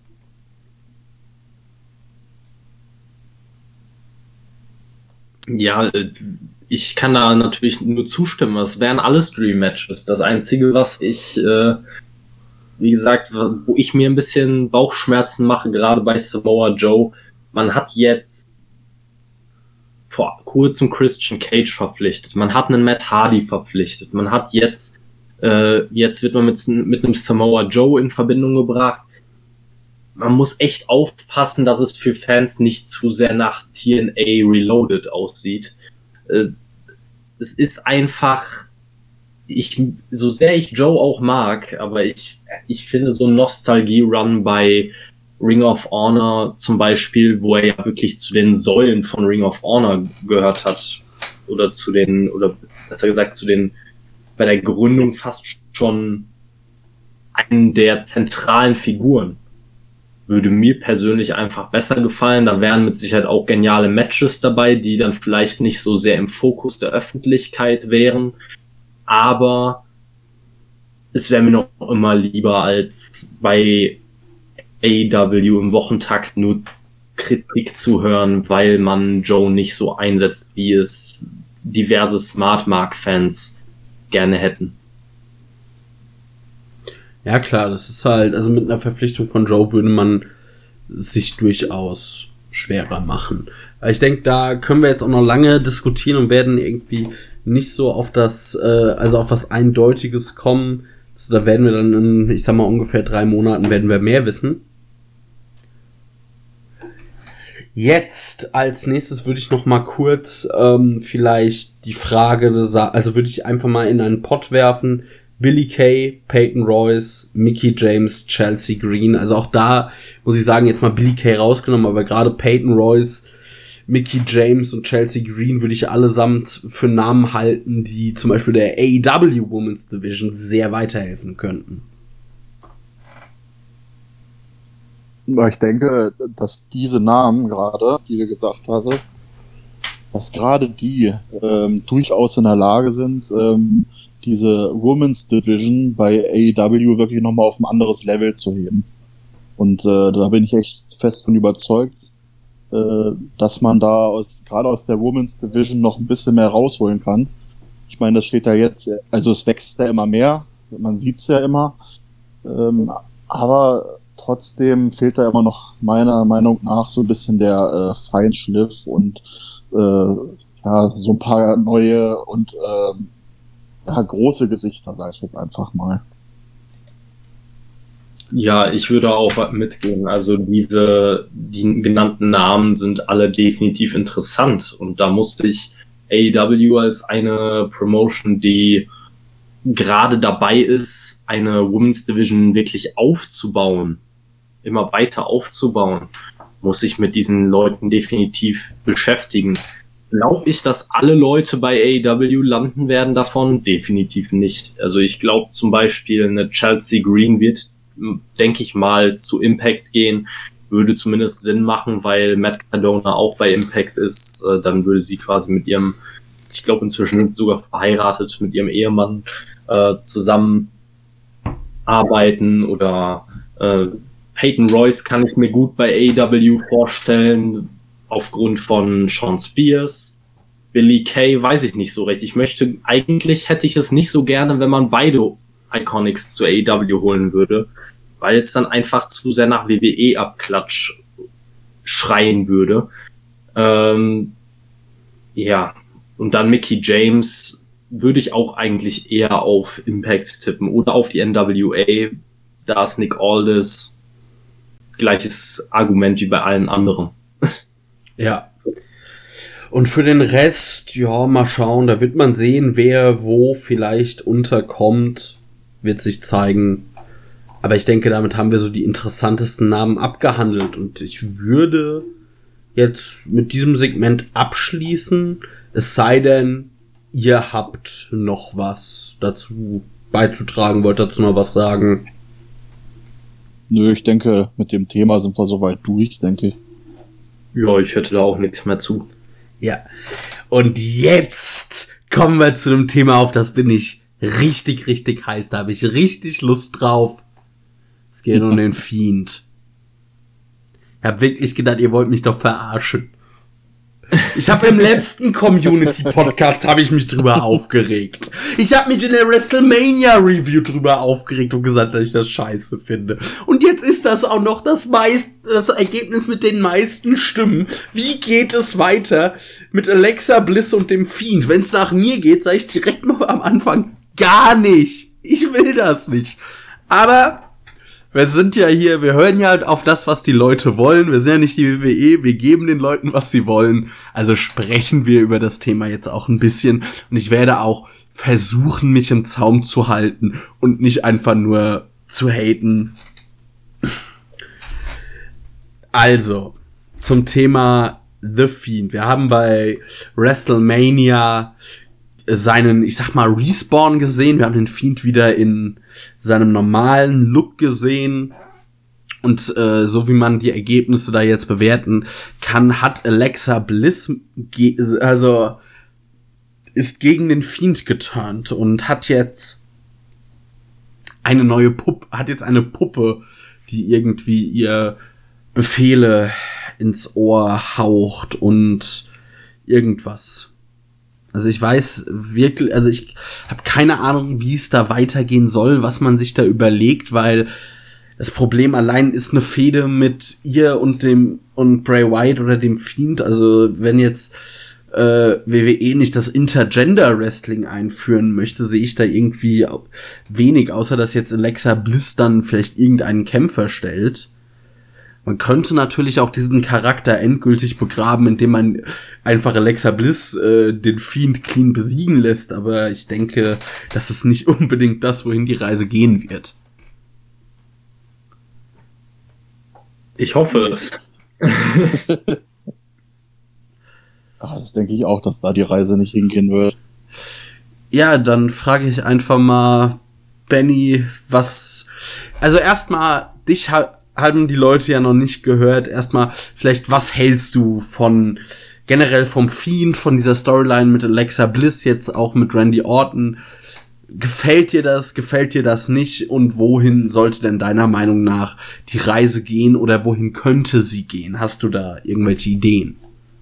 Ja, ich kann da natürlich nur zustimmen. Es wären alles Dream-Matches. Das Einzige, was ich, äh, wie gesagt, wo ich mir ein bisschen Bauchschmerzen mache, gerade bei Samoa Joe, man hat jetzt vor kurzem Christian Cage verpflichtet, man hat einen Matt Hardy verpflichtet, man hat jetzt, äh, jetzt wird man mit, mit einem Samoa Joe in Verbindung gebracht. Man muss echt aufpassen, dass es für Fans nicht zu sehr nach T N A Reloaded aussieht. Es, es ist einfach, ich, so sehr ich Joe auch mag, aber ich, ich finde so ein Nostalgie-Run bei Ring of Honor zum Beispiel, wo er ja wirklich zu den Säulen von Ring of Honor gehört hat, oder zu den, oder besser gesagt zu den, bei der Gründung fast schon einen der zentralen Figuren. Würde mir persönlich einfach besser gefallen. Da wären mit Sicherheit auch geniale Matches dabei, die dann vielleicht nicht so sehr im Fokus der Öffentlichkeit wären. Aber es wäre mir noch immer lieber, als bei A E W im Wochentakt nur Kritik zu hören, weil man Joe nicht so einsetzt, wie es diverse Smart Mark-Fans gerne hätten. Ja klar, das ist halt, also mit einer Verpflichtung von Joe würde man sich durchaus schwerer machen. Ich denke, da können wir jetzt auch noch lange diskutieren und werden irgendwie nicht so auf das, äh, also auf was Eindeutiges kommen. Also da werden wir dann in, ich sag mal, ungefähr drei Monaten werden wir mehr wissen. Jetzt als nächstes würde ich noch mal kurz ähm, vielleicht die Frage, also würde ich einfach mal in einen Pott werfen, Billie Kay, Peyton Royce, Mickie James, Chelsea Green. Also auch da muss ich sagen, jetzt mal Billie Kay rausgenommen, aber gerade Peyton Royce, Mickie James und Chelsea Green würde ich allesamt für Namen halten, die zum Beispiel der A E W Women's Division sehr weiterhelfen könnten. Ich denke, dass diese Namen gerade, die du gesagt hattest, dass gerade die ähm, durchaus in der Lage sind, ähm, diese Women's Division bei A E W wirklich nochmal auf ein anderes Level zu heben. Und äh, da bin ich echt fest von überzeugt, äh, dass man da aus, gerade aus der Women's Division noch ein bisschen mehr rausholen kann. Ich meine, das steht da jetzt, also es wächst ja immer mehr, man sieht's ja immer, ähm, aber trotzdem fehlt da immer noch meiner Meinung nach so ein bisschen der äh, Feinschliff und äh, ja, so ein paar neue und äh, ja, große Gesichter, sage ich jetzt einfach mal. Ja, ich würde auch mitgehen. Also diese, die genannten Namen sind alle definitiv interessant. Und da musste ich A E W als eine Promotion, die gerade dabei ist, eine Women's Division wirklich aufzubauen, immer weiter aufzubauen, muss ich mit diesen Leuten definitiv beschäftigen. Glaube ich, dass alle Leute bei A E W landen werden davon? Definitiv nicht. Also ich glaube zum Beispiel, eine Chelsea Green wird, denke ich mal, zu Impact gehen. Würde zumindest Sinn machen, weil Matt Cardona auch bei Impact ist. Dann würde sie quasi mit ihrem, ich glaube inzwischen sind sie sogar verheiratet, mit ihrem Ehemann äh, zusammen arbeiten. Oder äh, Peyton Royce kann ich mir gut bei A E W vorstellen, aufgrund von Sean Spears. Billie Kay weiß ich nicht so recht. Ich möchte, eigentlich hätte ich es nicht so gerne, wenn man beide Iconics zu A E W holen würde, weil es dann einfach zu sehr nach W W E-Abklatsch schreien würde. Ähm, ja, und dann Mickie James würde ich auch eigentlich eher auf Impact tippen oder auf die N W A. Da ist Nick Aldis. Gleiches Argument wie bei allen anderen. Ja. Und für den Rest, ja, mal schauen, da wird man sehen, wer wo vielleicht unterkommt, wird sich zeigen. Aber ich denke, damit haben wir so die interessantesten Namen abgehandelt. Und ich würde jetzt mit diesem Segment abschließen, es sei denn, ihr habt noch was dazu beizutragen? Wollt ihr dazu noch was sagen? Nö, ich denke, mit dem Thema sind wir soweit durch, denke ich. Ja, ich hätte da auch nichts mehr zu. Ja. Und jetzt kommen wir zu einem Thema, auf das bin ich richtig, richtig heiß. Da habe ich richtig Lust drauf. Es geht um den Fiend. Ich habe wirklich gedacht, ihr wollt mich doch verarschen. Ich habe im letzten Community-Podcast habe ich mich drüber aufgeregt. Ich habe mich in der WrestleMania-Review drüber aufgeregt und gesagt, dass ich das scheiße finde. Und jetzt ist das auch noch das meist, das Ergebnis mit den meisten Stimmen. Wie geht es weiter mit Alexa Bliss und dem Fiend? Wenn es nach mir geht, sage ich direkt mal am Anfang, gar nicht. Ich will das nicht. Aber wir sind ja hier, wir hören ja halt auf das, was die Leute wollen. Wir sind ja nicht die W W E, wir geben den Leuten, was sie wollen. Also sprechen wir über das Thema jetzt auch ein bisschen. Und ich werde auch versuchen, mich im Zaum zu halten und nicht einfach nur zu haten. Also, zum Thema The Fiend. Wir haben bei WrestleMania seinen, ich sag mal, Respawn gesehen. Wir haben den Fiend wieder in seinem normalen Look gesehen. Und äh, so wie man die Ergebnisse da jetzt bewerten kann, hat Alexa Bliss ge- also ist gegen den Fiend geturnt und hat jetzt eine neue Puppe, hat jetzt eine Puppe, die irgendwie ihr Befehle ins Ohr haucht und irgendwas. Also ich weiß wirklich, also ich habe keine Ahnung, wie es da weitergehen soll, was man sich da überlegt, weil das Problem allein ist eine Fehde mit ihr und dem und Bray Wyatt oder dem Fiend. Also wenn jetzt äh, W W E nicht das Intergender Wrestling einführen möchte, sehe ich da irgendwie wenig, außer dass jetzt Alexa Bliss dann vielleicht irgendeinen Kämpfer stellt. Man könnte natürlich auch diesen Charakter endgültig begraben, indem man einfach Alexa Bliss äh, den Fiend clean besiegen lässt, aber ich denke, das ist nicht unbedingt das, wohin die Reise gehen wird. Ich hoffe es. Ah, das denke ich auch, dass da die Reise nicht hingehen wird. Ja, dann frage ich einfach mal, Benny, was... Also erstmal, dich ha- haben die Leute ja noch nicht gehört. Erstmal, vielleicht, was hältst du von generell vom Fiend, von dieser Storyline mit Alexa Bliss, jetzt auch mit Randy Orton? Gefällt dir das, gefällt dir das nicht? Und wohin sollte denn deiner Meinung nach die Reise gehen oder wohin könnte sie gehen? Hast du da irgendwelche Ideen?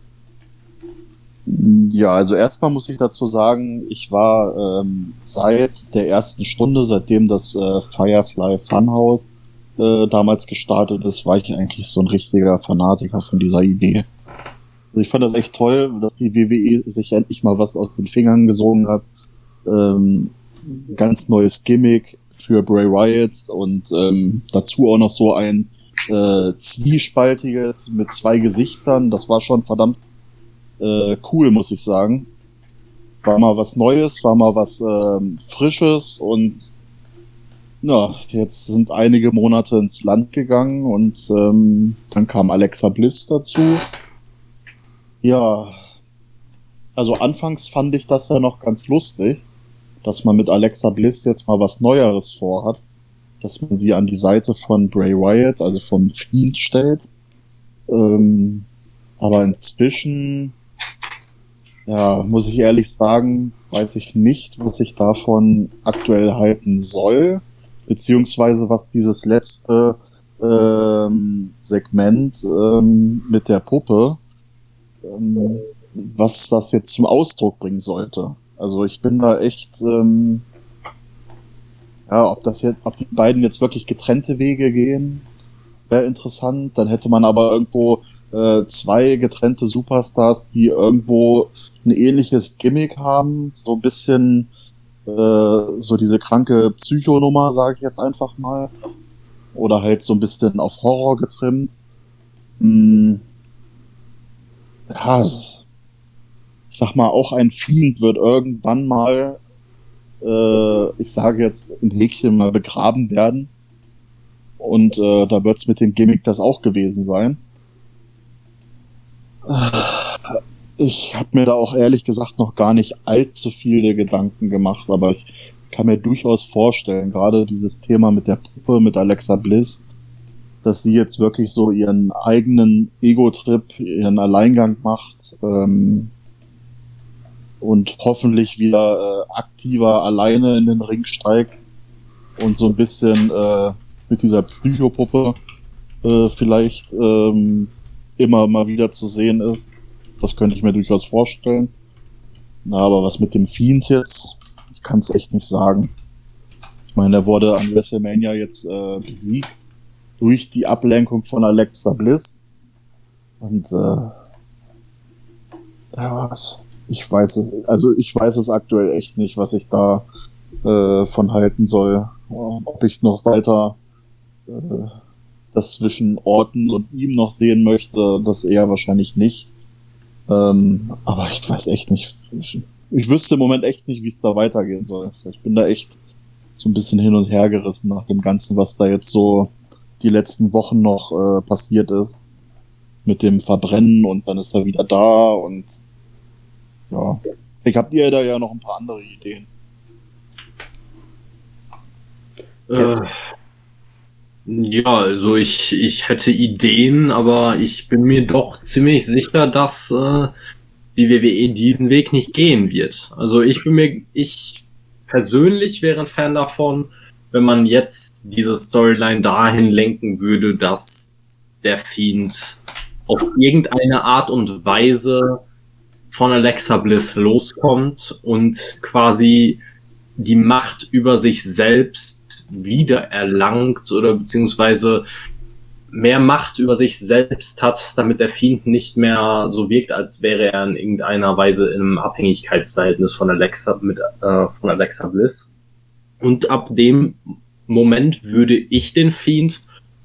Ja, also erstmal muss ich dazu sagen, ich war ähm, seit der ersten Stunde, seitdem das äh, Firefly Funhouse äh, damals gestartet ist, war ich eigentlich so ein richtiger Fanatiker von dieser Idee. Also ich fand das echt toll, dass die W W E sich endlich mal was aus den Fingern gesogen hat. Ähm, ganz neues Gimmick für Bray Wyatt und ähm, dazu auch noch so ein äh, zwiespaltiges mit zwei Gesichtern. Das war schon verdammt äh, cool, muss ich sagen. War mal was Neues, war mal was ähm, Frisches und ja, jetzt sind einige Monate ins Land gegangen und ähm, dann kam Alexa Bliss dazu. Ja, also anfangs fand ich das ja noch ganz lustig, dass man mit Alexa Bliss jetzt mal was Neueres vorhat, dass man sie an die Seite von Bray Wyatt, also vom Fiend, stellt. Ähm, aber inzwischen, ja, muss ich ehrlich sagen, weiß ich nicht, was ich davon aktuell halten soll, beziehungsweise was dieses letzte ähm, Segment ähm, mit der Puppe, ähm, was das jetzt zum Ausdruck bringen sollte. Also ich bin da echt, ähm, ja, ob das jetzt, ob die beiden jetzt wirklich getrennte Wege gehen, wäre interessant. Dann hätte man aber irgendwo äh, zwei getrennte Superstars, die irgendwo ein ähnliches Gimmick haben, so ein bisschen äh, so diese kranke Psychonummer, sage ich jetzt einfach mal, oder halt so ein bisschen auf Horror getrimmt. Hm. Ja, ich sag mal, auch ein Fiend wird irgendwann mal, äh, ich sage jetzt in Häkchen mal begraben werden. Und äh, da wird's mit dem Gimmick das auch gewesen sein. Ich habe mir da auch ehrlich gesagt noch gar nicht allzu viele Gedanken gemacht, aber ich kann mir durchaus vorstellen, gerade dieses Thema mit der Puppe, mit Alexa Bliss, dass sie jetzt wirklich so ihren eigenen Ego-Trip, ihren Alleingang macht ähm, und hoffentlich wieder äh, aktiver alleine in den Ring steigt und so ein bisschen äh, mit dieser Psychopuppe äh, vielleicht ähm, immer mal wieder zu sehen ist. Das könnte ich mir durchaus vorstellen. Na, aber was mit dem Fiend jetzt, ich kann es echt nicht sagen. Ich meine, er wurde an WrestleMania jetzt äh, besiegt durch die Ablenkung von Alexa Bliss. Und äh, ja, ich weiß es, also ich weiß es aktuell echt nicht, was ich da äh, von halten soll. Ob ich noch weiter äh, das zwischen Orton und ihm noch sehen möchte, das eher wahrscheinlich nicht. Ähm, aber ich weiß echt nicht. Ich, ich wüsste im Moment echt nicht, wie es da weitergehen soll. Ich bin da echt so ein bisschen hin und her gerissen nach dem Ganzen, was da jetzt so die letzten Wochen noch äh, passiert ist. Mit dem Verbrennen und dann ist er wieder da und ja. Ich habt ihr da ja noch ein paar andere Ideen. Äh, ja, also ich, ich hätte Ideen, aber ich bin mir doch ziemlich sicher, dass äh, die W W E diesen Weg nicht gehen wird. Also ich bin mir, ich persönlich wäre ein Fan davon, wenn man jetzt diese Storyline dahin lenken würde, dass der Fiend auf irgendeine Art und Weise von Alexa Bliss loskommt und quasi die Macht über sich selbst wiedererlangt oder beziehungsweise mehr Macht über sich selbst hat, damit der Fiend nicht mehr so wirkt, als wäre er in irgendeiner Weise in einem Abhängigkeitsverhältnis von Alexa mit äh, von Alexa Bliss. Und ab dem Moment würde ich den Fiend,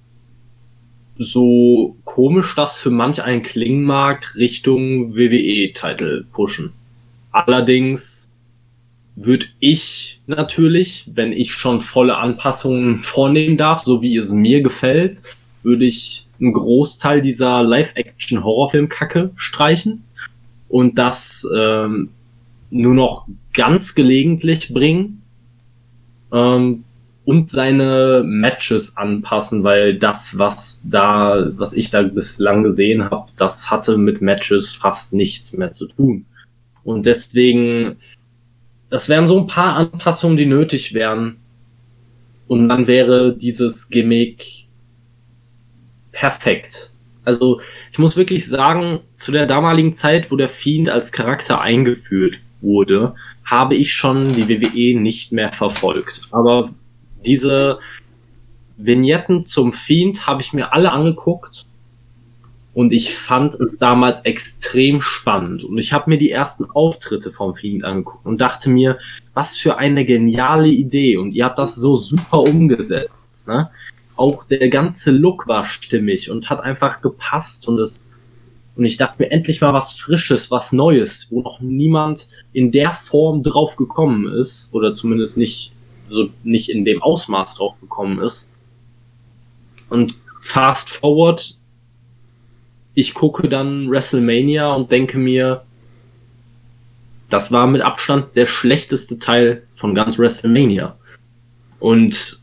so komisch das für manch einen klingen mag, Richtung W W E-Titel pushen. Allerdings würde ich natürlich, wenn ich schon volle Anpassungen vornehmen darf, so wie es mir gefällt, würde ich einen Großteil dieser Live-Action-Horrorfilm-Kacke streichen und das ähm, nur noch ganz gelegentlich bringen ähm, und seine Matches anpassen, weil das, was da, was ich da bislang gesehen habe, das hatte mit Matches fast nichts mehr zu tun. Und deswegen, das wären so ein paar Anpassungen, die nötig wären. Und dann wäre dieses Gimmick perfekt. Also ich muss wirklich sagen, zu der damaligen Zeit, wo der Fiend als Charakter eingeführt wurde, habe ich schon die W W E nicht mehr verfolgt. Aber diese Vignetten zum Fiend habe ich mir alle angeguckt und ich fand es damals extrem spannend. Und ich habe mir die ersten Auftritte vom Fiend angeguckt und dachte mir, was für eine geniale Idee. Und ihr habt das so super umgesetzt, ne? Auch der ganze Look war stimmig und hat einfach gepasst und es und ich dachte mir endlich mal was Frisches, was Neues, wo noch niemand in der Form drauf gekommen ist oder zumindest nicht so nicht in dem Ausmaß drauf gekommen ist. Und fast forward, ich gucke dann WrestleMania und denke mir, das war mit Abstand der schlechteste Teil von ganz WrestleMania. Und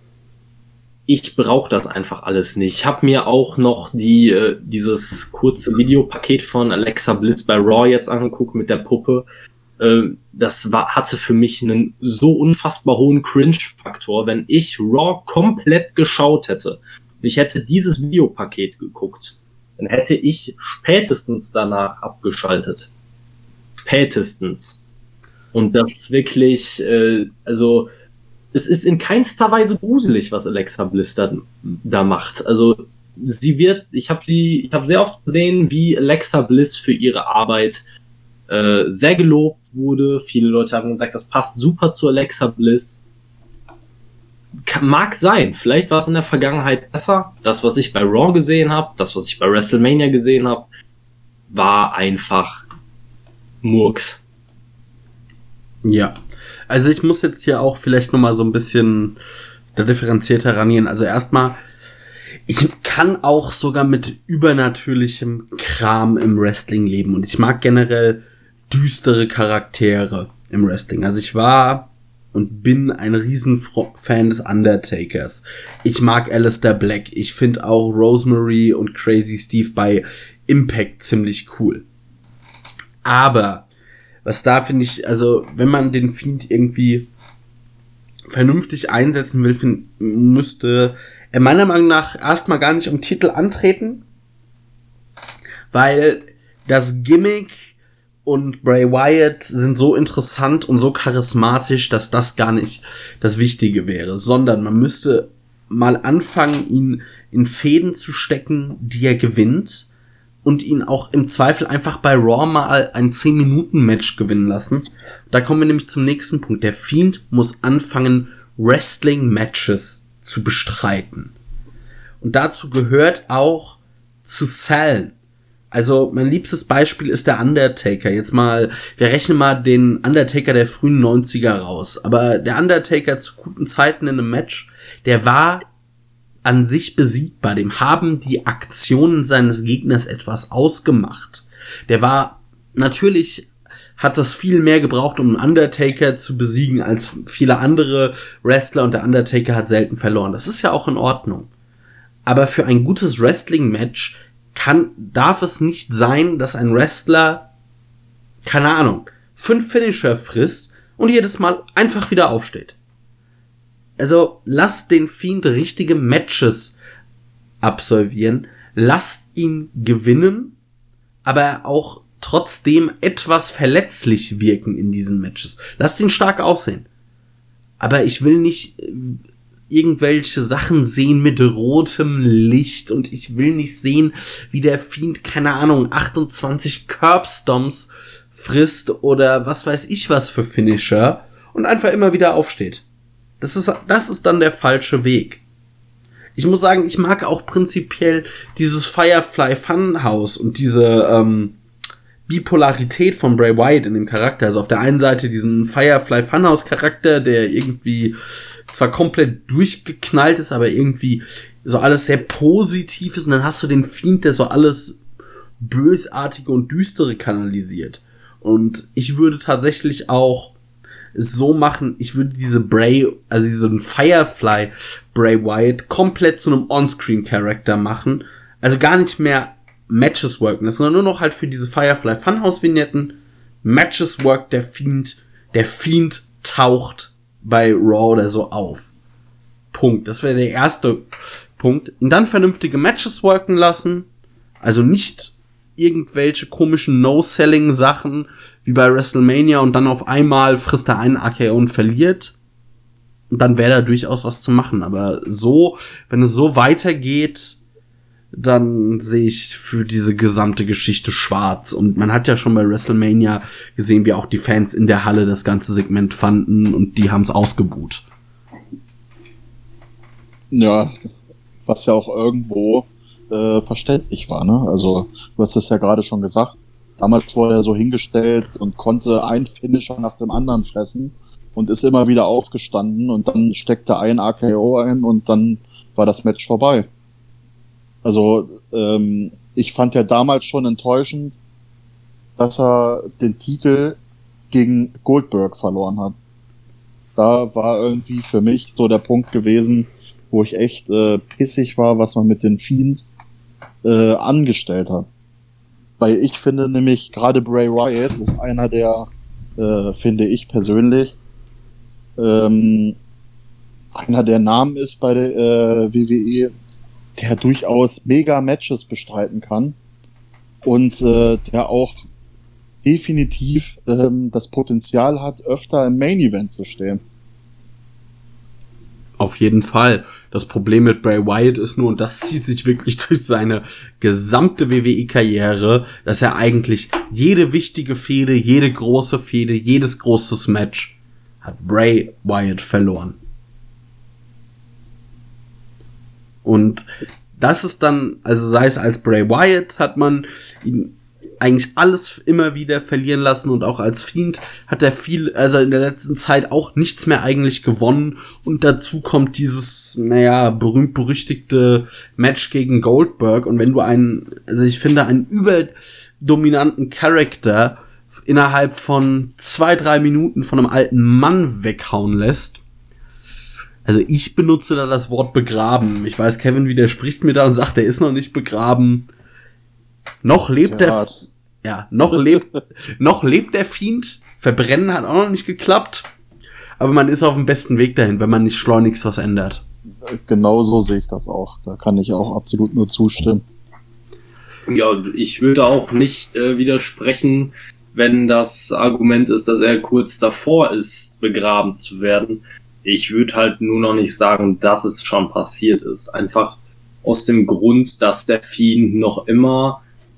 ich brauche das einfach alles nicht. Ich habe mir auch noch die äh, dieses kurze Videopaket von Alexa Bliss bei Raw jetzt angeguckt mit der Puppe. Äh, das war, hatte für mich einen so unfassbar hohen Cringe-Faktor. Wenn ich Raw komplett geschaut hätte und ich hätte dieses Videopaket geguckt, dann hätte ich spätestens danach abgeschaltet. Spätestens. Und das ist wirklich, äh, also es ist in keinster Weise gruselig, was Alexa Bliss da, da macht. Also sie wird, ich habe die, ich habe sehr oft gesehen, wie Alexa Bliss für ihre Arbeit äh, sehr gelobt wurde. Viele Leute haben gesagt, das passt super zu Alexa Bliss. Mag sein, vielleicht war es in der Vergangenheit besser. Das, was ich bei Raw gesehen habe, das, was ich bei WrestleMania gesehen habe, war einfach Murks. Ja. Also ich muss jetzt hier auch vielleicht nochmal so ein bisschen da differenziert herangehen. Also erstmal, ich kann auch sogar mit übernatürlichem Kram im Wrestling leben. Und ich mag generell düstere Charaktere im Wrestling. Also ich war und bin ein Riesenfan des Undertakers. Ich mag Aleister Black. Ich finde auch Rosemary und Crazy Steve bei Impact ziemlich cool. Aber was da finde ich, also wenn man den Fiend irgendwie vernünftig einsetzen will, find, müsste er meiner Meinung nach erstmal gar nicht um Titel antreten, weil das Gimmick und Bray Wyatt sind so interessant und so charismatisch, dass das gar nicht das Wichtige wäre, sondern man müsste mal anfangen, ihn in Fäden zu stecken, die er gewinnt, und ihn auch im Zweifel einfach bei Raw mal ein zehn Minuten Match gewinnen lassen. Da kommen wir nämlich zum nächsten Punkt. Der Fiend muss anfangen, Wrestling-Matches zu bestreiten. Und dazu gehört auch zu sellen. Also mein liebstes Beispiel ist der Undertaker. Jetzt mal, wir rechnen mal den Undertaker der frühen neunziger raus. Aber der Undertaker zu guten Zeiten in einem Match, der war an sich besiegbar. Dem haben die Aktionen seines Gegners etwas ausgemacht. Der war, natürlich hat das viel mehr gebraucht, um einen Undertaker zu besiegen, als viele andere Wrestler, und der Undertaker hat selten verloren. Das ist ja auch in Ordnung. Aber für ein gutes Wrestling-Match kann, darf es nicht sein, dass ein Wrestler, keine Ahnung, fünf Finisher frisst und jedes Mal einfach wieder aufsteht. Also, lasst den Fiend richtige Matches absolvieren, lasst ihn gewinnen, aber auch trotzdem etwas verletzlich wirken in diesen Matches. Lasst ihn stark aussehen. Aber ich will nicht irgendwelche Sachen sehen mit rotem Licht, und ich will nicht sehen, wie der Fiend, keine Ahnung, achtundzwanzig Curbstomps frisst oder was weiß ich was für Finisher und einfach immer wieder aufsteht. Das ist, das ist dann der falsche Weg. Ich muss sagen, ich mag auch prinzipiell dieses Firefly Funhouse und diese ähm, Bipolarität von Bray Wyatt in dem Charakter. Also auf der einen Seite diesen Firefly Funhouse Charakter, der irgendwie zwar komplett durchgeknallt ist, aber irgendwie so alles sehr positiv ist, und dann hast du den Fiend, der so alles Bösartige und Düstere kanalisiert. Und ich würde tatsächlich auch so machen, ich würde diese Bray, also diesen Firefly Bray Wyatt komplett zu einem On-Screen-Charakter machen. Also gar nicht mehr Matches worken, sondern nur noch halt für diese Firefly Funhouse-Vignetten Matches work der Fiend, der Fiend taucht bei Raw oder so auf. Punkt. Das wäre der erste Punkt. Und dann vernünftige Matches worken lassen, also nicht irgendwelche komischen No-Selling-Sachen wie bei WrestleMania und dann auf einmal frisst er einen A K O und verliert. Und dann wäre da durchaus was zu machen. Aber so, wenn es so weitergeht, dann sehe ich für diese gesamte Geschichte schwarz. Und man hat ja schon bei WrestleMania gesehen, wie auch die Fans in der Halle das ganze Segment fanden, und die haben es ausgebuht. Ja, was ja auch irgendwo äh, verständlich war, ne? Also, du hast es ja gerade schon gesagt. Damals wurde er so hingestellt und konnte ein Finisher nach dem anderen fressen und ist immer wieder aufgestanden, und dann steckte ein A K O ein und dann war das Match vorbei. Also, ähm, ich fand ja damals schon enttäuschend, dass er den Titel gegen Goldberg verloren hat. Da war irgendwie für mich so der Punkt gewesen, wo ich echt äh, pissig war, was man mit den Fiends äh, angestellt hat. Weil ich finde nämlich, gerade Bray Wyatt ist einer der, äh, finde ich persönlich, ähm, einer der Namen ist bei der äh, W W E, der durchaus mega Matches bestreiten kann und äh, der auch definitiv ähm, das Potenzial hat, öfter im Main Event zu stehen. Auf jeden Fall. Das Problem mit Bray Wyatt ist nur, und das zieht sich wirklich durch seine gesamte W W E-Karriere, dass er eigentlich jede wichtige Fehde, jede große Fehde, jedes großes Match hat Bray Wyatt verloren. Und das ist dann, also sei es als Bray Wyatt, hat man ihn eigentlich alles immer wieder verlieren lassen, und auch als Fiend hat er viel, also in der letzten Zeit auch nichts mehr eigentlich gewonnen, und dazu kommt dieses, naja, berühmt-berüchtigte Match gegen Goldberg, und wenn du einen, also ich finde, einen überdominanten Charakter innerhalb von zwei, drei Minuten von einem alten Mann weghauen lässt. Also ich benutze da das Wort begraben. Ich weiß, Kevin widerspricht mir da und sagt, er ist noch nicht begraben. Noch lebt der, ja, noch lebt, noch lebt der Fiend. Verbrennen hat auch noch nicht geklappt. Aber man ist auf dem besten Weg dahin, wenn man nicht schleunigst was ändert. Genau so sehe ich das auch. Da kann ich auch absolut nur zustimmen. Ja, ich würde auch nicht äh, widersprechen, wenn das Argument ist, dass er kurz davor ist, begraben zu werden. Ich würde halt nur noch nicht sagen, dass es schon passiert ist. Einfach aus dem Grund, dass der Fiend noch immer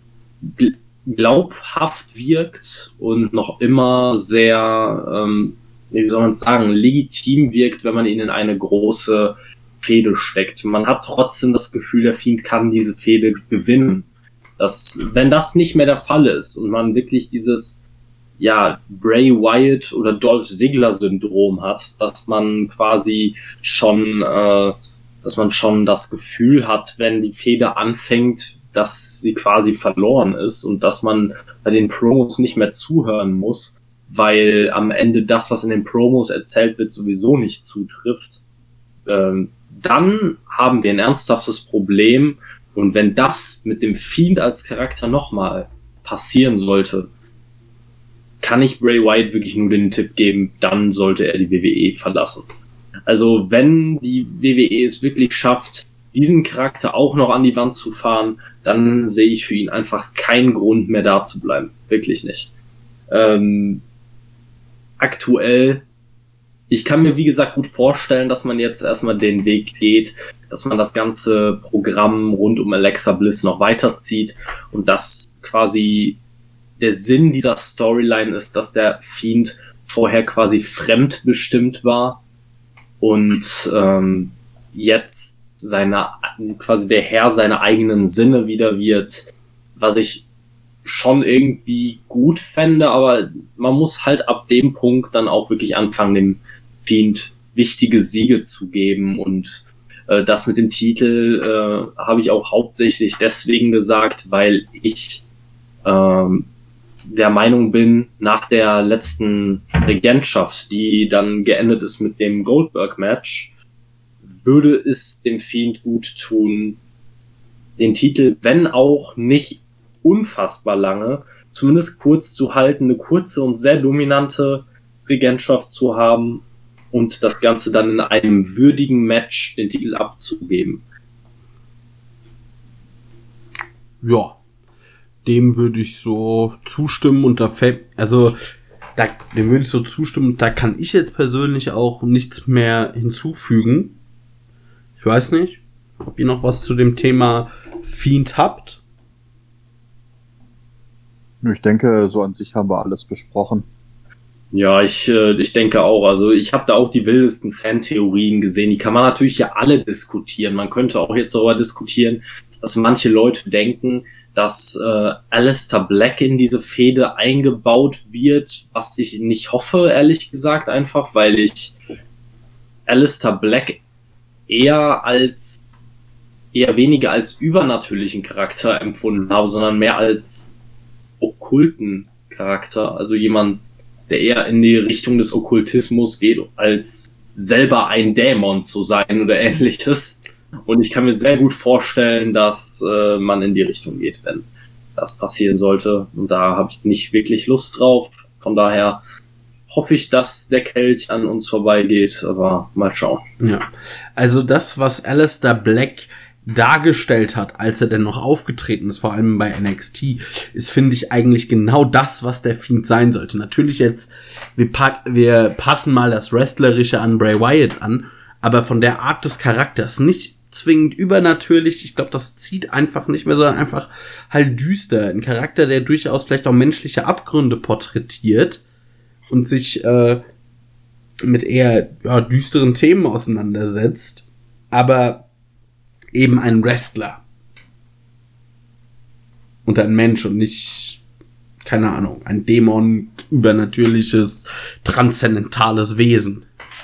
glaubhaft wirkt und noch immer sehr, ähm, wie soll man es sagen, legitim wirkt, wenn man ihn in eine große Fehde steckt. Man hat trotzdem das Gefühl, der Fiend kann diese Fehde gewinnen. Das, wenn das nicht mehr der Fall ist und man wirklich dieses, ja, Bray Wyatt oder Dolph Ziggler Syndrom hat, dass man quasi schon, äh, dass man schon das Gefühl hat, wenn die Fehde anfängt, dass sie quasi verloren ist und dass man bei den Promos nicht mehr zuhören muss, weil am Ende das, was in den Promos erzählt wird, sowieso nicht zutrifft. Ähm, dann haben wir ein ernsthaftes Problem. Und wenn das mit dem Fiend als Charakter nochmal passieren sollte, kann ich Bray Wyatt wirklich nur den Tipp geben, dann sollte er die W W E verlassen. Also wenn die W W E es wirklich schafft, diesen Charakter auch noch an die Wand zu fahren, dann sehe ich für ihn einfach keinen Grund mehr da zu bleiben. Wirklich nicht. Ähm, aktuell, ich kann mir wie gesagt gut vorstellen, dass man jetzt erstmal den Weg geht, dass man das ganze Programm rund um Alexa Bliss noch weiterzieht und dass quasi der Sinn dieser Storyline ist, dass der Fiend vorher quasi fremdbestimmt war und ähm, jetzt seine, quasi der Herr seiner eigenen Sinne wieder wird, was ich schon irgendwie gut fände, aber man muss halt ab dem Punkt dann auch wirklich anfangen, dem Fiend wichtige Siege zu geben und äh, das mit dem Titel äh, habe ich auch hauptsächlich deswegen gesagt, weil ich ähm, der Meinung bin, nach der letzten Regentschaft, die dann geendet ist mit dem Goldberg-Match, würde es dem Fiend gut tun, den Titel, wenn auch nicht unfassbar lange, zumindest kurz zu halten, eine kurze und sehr dominante Regentschaft zu haben und das Ganze dann in einem würdigen Match den Titel abzugeben. Ja, dem würde ich so zustimmen und da fällt, also da, dem würde ich so zustimmen, da kann ich jetzt persönlich auch nichts mehr hinzufügen. Ich weiß nicht, ob ihr noch was zu dem Thema Fiend habt. Ich denke, so an sich haben wir alles besprochen. Ja, ich, äh, ich denke auch. Also ich habe da auch die wildesten Fantheorien gesehen. Die kann man natürlich ja alle diskutieren. Man könnte auch jetzt darüber diskutieren, dass manche Leute denken, dass äh, Aleister Black in diese Fehde eingebaut wird, was ich nicht hoffe, ehrlich gesagt, einfach, weil ich Aleister Black eher als eher weniger als übernatürlichen Charakter empfunden habe, sondern mehr als okkulten Charakter, also jemand, der eher in die Richtung des Okkultismus geht, als selber ein Dämon zu sein oder ähnliches. Und ich kann mir sehr gut vorstellen, dass äh, man in die Richtung geht, wenn das passieren sollte. Und da habe ich nicht wirklich Lust drauf. Von daher hoffe ich, dass der Kelch an uns vorbeigeht, aber mal schauen. Ja, also das, was Aleister Black dargestellt hat, als er denn noch aufgetreten ist, vor allem bei N X T, ist, finde ich, eigentlich genau das, was der Fiend sein sollte. Natürlich jetzt, wir, pack, wir passen mal das Wrestlerische an Bray Wyatt an, aber von der Art des Charakters nicht zwingend übernatürlich. Ich glaube, das zieht einfach nicht mehr, sondern einfach halt düster. Ein Charakter, der durchaus vielleicht auch menschliche Abgründe porträtiert und sich äh, mit eher ja, düsteren Themen auseinandersetzt, aber eben ein Wrestler und ein Mensch und nicht, keine Ahnung, ein Dämon, übernatürliches, transzendentales Wesen.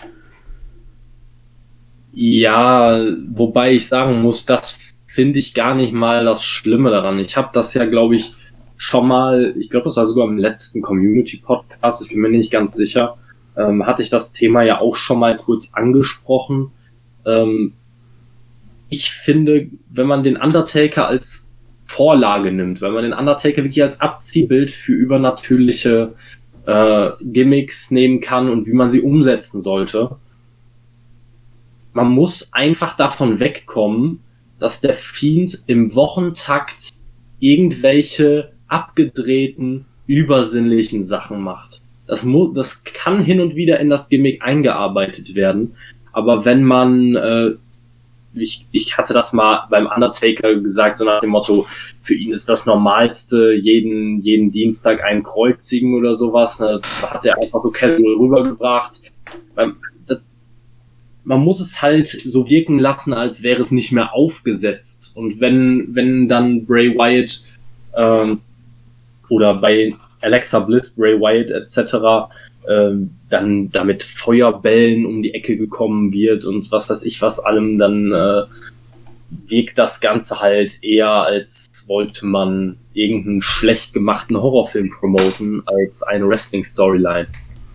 Ja, wobei ich sagen muss, das finde ich gar nicht mal das Schlimme daran. Ich habe das ja, glaube ich, schon mal, ich glaube, das war sogar im letzten Community-Podcast, ich bin mir nicht ganz sicher, ähm, hatte ich das Thema ja auch schon mal kurz angesprochen. Ähm, ich finde, wenn man den Undertaker als Vorlage nimmt, wenn man den Undertaker wirklich als Abziehbild für übernatürliche äh, Gimmicks nehmen kann und wie man sie umsetzen sollte, man muss einfach davon wegkommen, dass der Fiend im Wochentakt irgendwelche abgedrehten, übersinnlichen Sachen macht. Das, mu- das kann hin und wieder in das Gimmick eingearbeitet werden, aber wenn man, äh, ich, ich hatte das mal beim Undertaker gesagt, so nach dem Motto, für ihn ist das Normalste, jeden, jeden Dienstag einen Kreuzigen oder sowas, ne, hat er einfach so casual rübergebracht. Beim, das, man muss es halt so wirken lassen, als wäre es nicht mehr aufgesetzt. Und wenn, wenn dann Bray Wyatt ähm, oder bei Alexa Bliss, Bray Wyatt et cetera ähm, dann damit Feuerbällen um die Ecke gekommen wird und was weiß ich was allem, dann äh, wirkt das Ganze halt eher, als wollte man irgendeinen schlecht gemachten Horrorfilm promoten, als eine Wrestling-Storyline.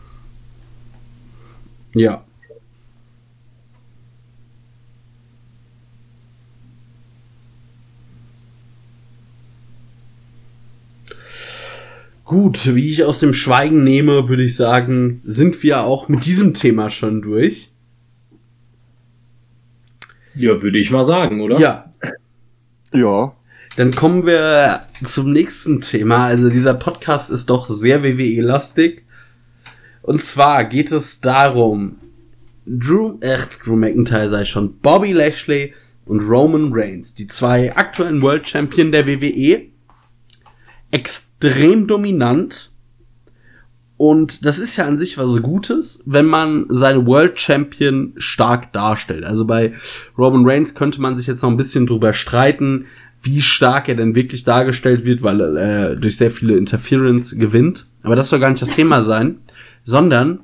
Ja. Gut, wie ich aus dem Schweigen nehme, würde ich sagen, sind wir auch mit diesem Thema schon durch. Ja, würde ich mal sagen, oder? Ja. Ja. Dann kommen wir zum nächsten Thema. Also dieser Podcast ist doch sehr W W E-lastig. Und zwar geht es darum, Drew, äh, Drew McIntyre sei schon, Bobby Lashley und Roman Reigns, die zwei aktuellen World Champion der W W E, extrem dominant, und das ist ja an sich was Gutes, wenn man seine World Champion stark darstellt. Also bei Roman Reigns könnte man sich jetzt noch ein bisschen drüber streiten, wie stark er denn wirklich dargestellt wird, weil er äh, durch sehr viele Interference gewinnt. Aber das soll gar nicht das Thema sein, sondern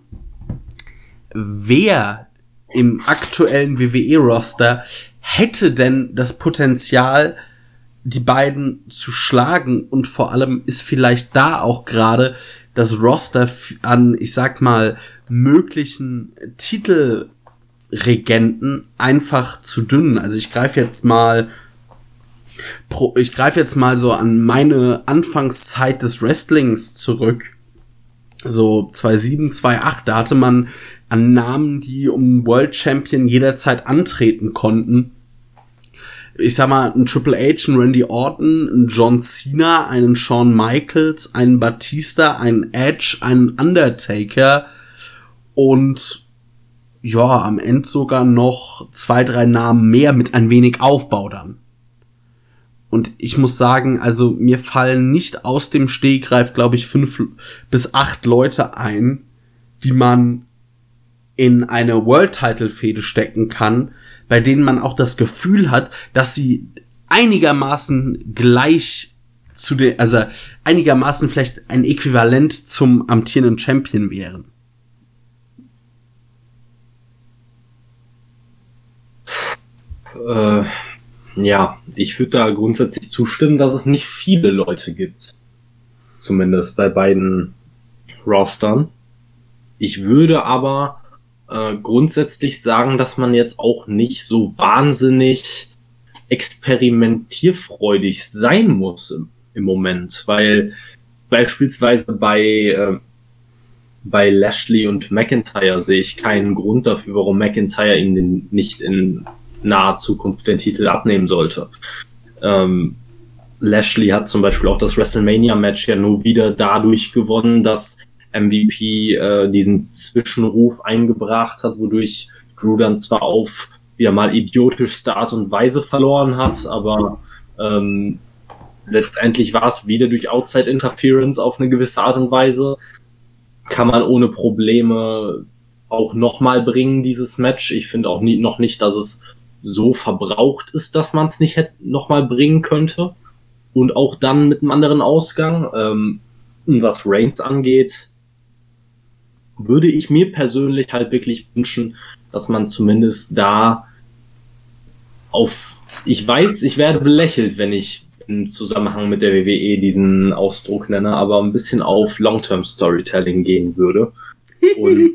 wer im aktuellen W W E-Roster hätte denn das Potenzial, die beiden zu schlagen, und vor allem ist vielleicht da auch gerade das Roster an, ich sag mal, möglichen Titelregenten einfach zu dünn. Also ich greife jetzt mal ich greife jetzt mal so an meine Anfangszeit des Wrestlings zurück. So zweitausendsieben, zweitausendacht, da hatte man an Namen, die um World Champion jederzeit antreten konnten, ich sag mal, ein Triple H, ein Randy Orton, ein John Cena, einen Shawn Michaels, einen Batista, einen Edge, einen Undertaker und ja, am Ende sogar noch zwei, drei Namen mehr mit ein wenig Aufbau dann. Und ich muss sagen, also mir fallen nicht aus dem Stegreif, glaube ich, fünf bis acht Leute ein, die man in eine World-Title-Fehde stecken kann, bei denen man auch das Gefühl hat, dass sie einigermaßen gleich zu den, also einigermaßen vielleicht ein Äquivalent zum amtierenden Champion wären. Äh, ja, ich würde da grundsätzlich zustimmen, dass es nicht viele Leute gibt. Zumindest bei beiden Rostern. Ich würde aber äh, grundsätzlich sagen, dass man jetzt auch nicht so wahnsinnig experimentierfreudig sein muss im, im Moment, weil beispielsweise bei äh, bei Lashley und McIntyre sehe ich keinen Grund dafür, warum McIntyre ihn den, nicht in naher Zukunft den Titel abnehmen sollte. Ähm, Lashley hat zum Beispiel auch das WrestleMania-Match ja nur wieder dadurch gewonnen, dass M V P äh, diesen Zwischenruf eingebracht hat, wodurch Drew dann zwar auf wieder mal idiotischste Art und Weise verloren hat, aber ähm, letztendlich war es wieder durch Outside Interference auf eine gewisse Art und Weise. Kann man ohne Probleme auch nochmal bringen, dieses Match. Ich finde auch nie, noch nicht, dass es so verbraucht ist, dass man es nicht hätte nochmal bringen könnte. Und auch dann mit einem anderen Ausgang. Ähm, was Reigns angeht, würde ich mir persönlich halt wirklich wünschen, dass man zumindest da auf, ich weiß, ich werde belächelt, wenn ich im Zusammenhang mit der W W E diesen Ausdruck nenne, aber ein bisschen auf Long-Term-Storytelling gehen würde. Und,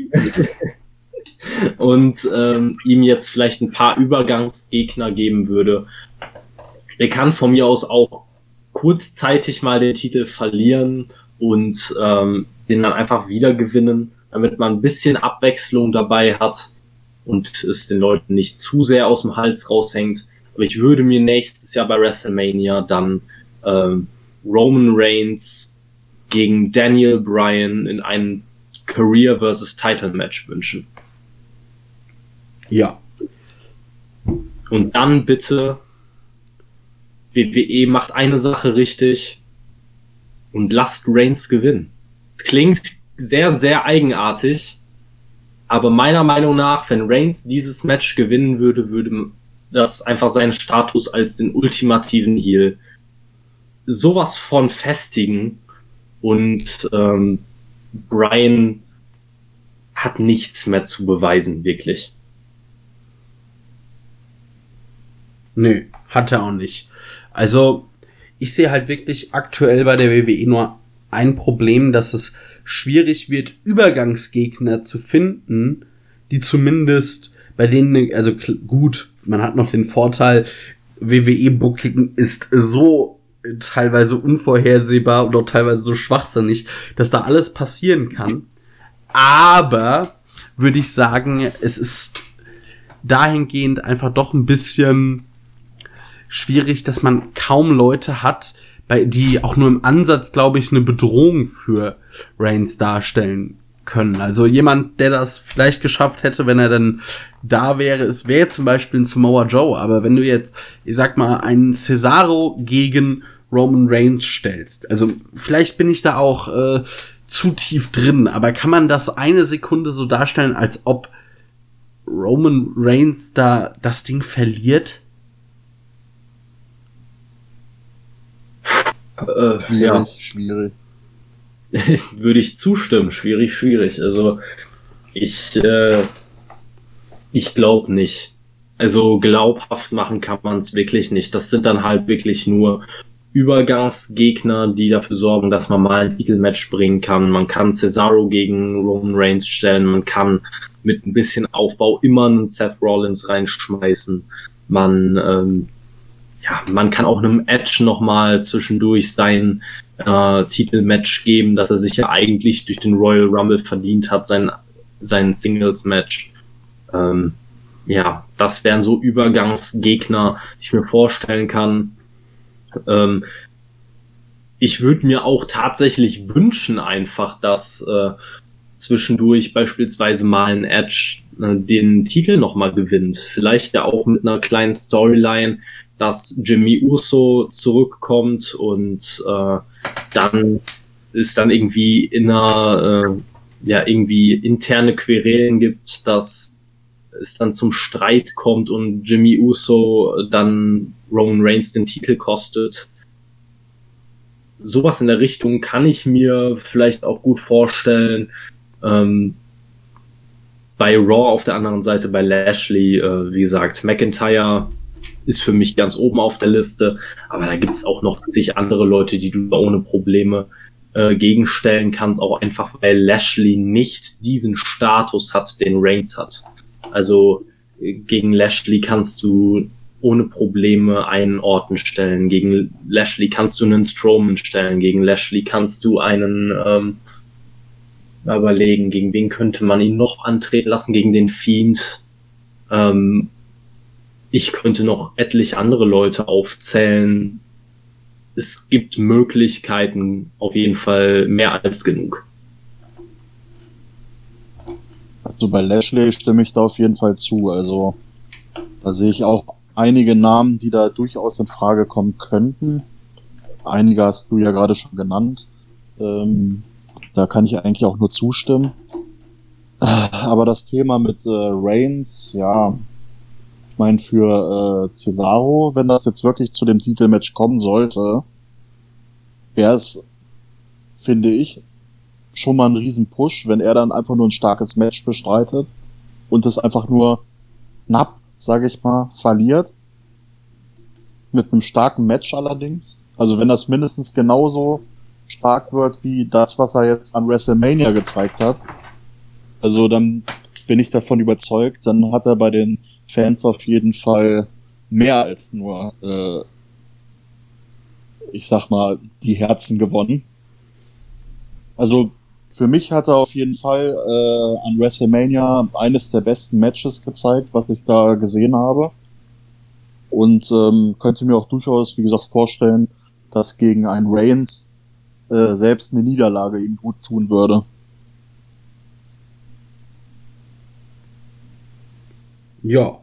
und ähm, ihm jetzt vielleicht ein paar Übergangsgegner geben würde. Er kann von mir aus auch kurzzeitig mal den Titel verlieren und ähm, den dann einfach wieder gewinnen, damit man ein bisschen Abwechslung dabei hat und es den Leuten nicht zu sehr aus dem Hals raushängt. Aber ich würde mir nächstes Jahr bei WrestleMania dann ähm, Roman Reigns gegen Daniel Bryan in einem Career versus Title Match wünschen. Ja. Und dann bitte W W E macht eine Sache richtig und lasst Reigns gewinnen. Es klingt sehr, sehr eigenartig, aber meiner Meinung nach, wenn Reigns dieses Match gewinnen würde, würde das einfach seinen Status als den ultimativen Heel sowas von festigen und ähm, Bryan hat nichts mehr zu beweisen, wirklich. Nö, hat er auch nicht. Also, ich sehe halt wirklich aktuell bei der W W E nur ein Problem, dass es schwierig wird, Übergangsgegner zu finden, die zumindest bei denen, also gut, man hat noch den Vorteil, W W E-Booking ist so teilweise unvorhersehbar und auch teilweise so schwachsinnig, dass da alles passieren kann. Aber würde ich sagen, es ist dahingehend einfach doch ein bisschen schwierig, dass man kaum Leute hat, bei die auch nur im Ansatz, glaube ich, eine Bedrohung für Reigns darstellen können. Also jemand, der das vielleicht geschafft hätte, wenn er dann da wäre, es wäre zum Beispiel ein Samoa Joe, aber wenn du jetzt, ich sag mal, einen Cesaro gegen Roman Reigns stellst, also vielleicht bin ich da auch äh, zu tief drin, aber kann man das eine Sekunde so darstellen, als ob Roman Reigns da das Ding verliert? Äh, schwierig, ja. schwierig. Würde ich zustimmen. Schwierig, schwierig. Also ich, äh, ich glaube nicht. Also glaubhaft machen kann man es wirklich nicht. Das sind dann halt wirklich nur Übergangsgegner, die dafür sorgen, dass man mal ein Titelmatch bringen kann. Man kann Cesaro gegen Roman Reigns stellen. Man kann mit ein bisschen Aufbau immer einen Seth Rollins reinschmeißen. Man, ähm, ja, man kann auch einem Edge nochmal zwischendurch sein äh, Titelmatch geben, dass er sich ja eigentlich durch den Royal Rumble verdient hat, sein, sein Singles-Match. Ähm, ja, das wären so Übergangsgegner, die ich mir vorstellen kann. Ähm, ich würde mir auch tatsächlich wünschen einfach, dass äh, zwischendurch beispielsweise mal ein Edge äh, den Titel nochmal gewinnt. Vielleicht ja auch mit einer kleinen Storyline, dass Jimmy Uso zurückkommt und äh, dann ist dann irgendwie in einer, äh, ja, irgendwie interne Querelen gibt, dass es dann zum Streit kommt und Jimmy Uso dann Roman Reigns den Titel kostet. Sowas in der Richtung kann ich mir vielleicht auch gut vorstellen. Ähm, bei Raw auf der anderen Seite, bei Lashley, äh, wie gesagt, McIntyre ist für mich ganz oben auf der Liste, aber da gibt's auch noch zig andere Leute, die du ohne Probleme äh, gegenstellen kannst, auch einfach, weil Lashley nicht diesen Status hat, den Reigns hat. Also äh, gegen Lashley kannst du ohne Probleme einen Orton stellen, gegen Lashley kannst du einen Strowman stellen, gegen Lashley kannst du einen ähm, überlegen, gegen wen könnte man ihn noch antreten lassen, gegen den Fiend. Ähm, Ich könnte noch etliche andere Leute aufzählen. Es gibt Möglichkeiten, auf jeden Fall mehr als genug. Also bei Lashley stimme ich da auf jeden Fall zu. Also da sehe ich auch einige Namen, die da durchaus in Frage kommen könnten. Einige hast du ja gerade schon genannt. Ähm, da kann ich eigentlich auch nur zustimmen. Aber das Thema mit äh, Reigns, ja, ich meine, für äh, Cesaro, wenn das jetzt wirklich zu dem Titelmatch kommen sollte, wäre es, finde ich, schon mal ein Riesen-Push, wenn er dann einfach nur ein starkes Match bestreitet und es einfach nur knapp, sage ich mal, verliert. mit einem starken Match allerdings. Also wenn das mindestens genauso stark wird wie das, was er jetzt an WrestleMania gezeigt hat, also dann bin ich davon überzeugt, dann hat er bei den Fans auf jeden Fall mehr als nur, äh, ich sag mal, die Herzen gewonnen. Also für mich hat er auf jeden Fall äh, an WrestleMania eines der besten Matches gezeigt, was ich da gesehen habe. Und ähm, könnte mir auch durchaus, wie gesagt, vorstellen, dass gegen einen Reigns äh, selbst eine Niederlage ihm gut tun würde. Ja.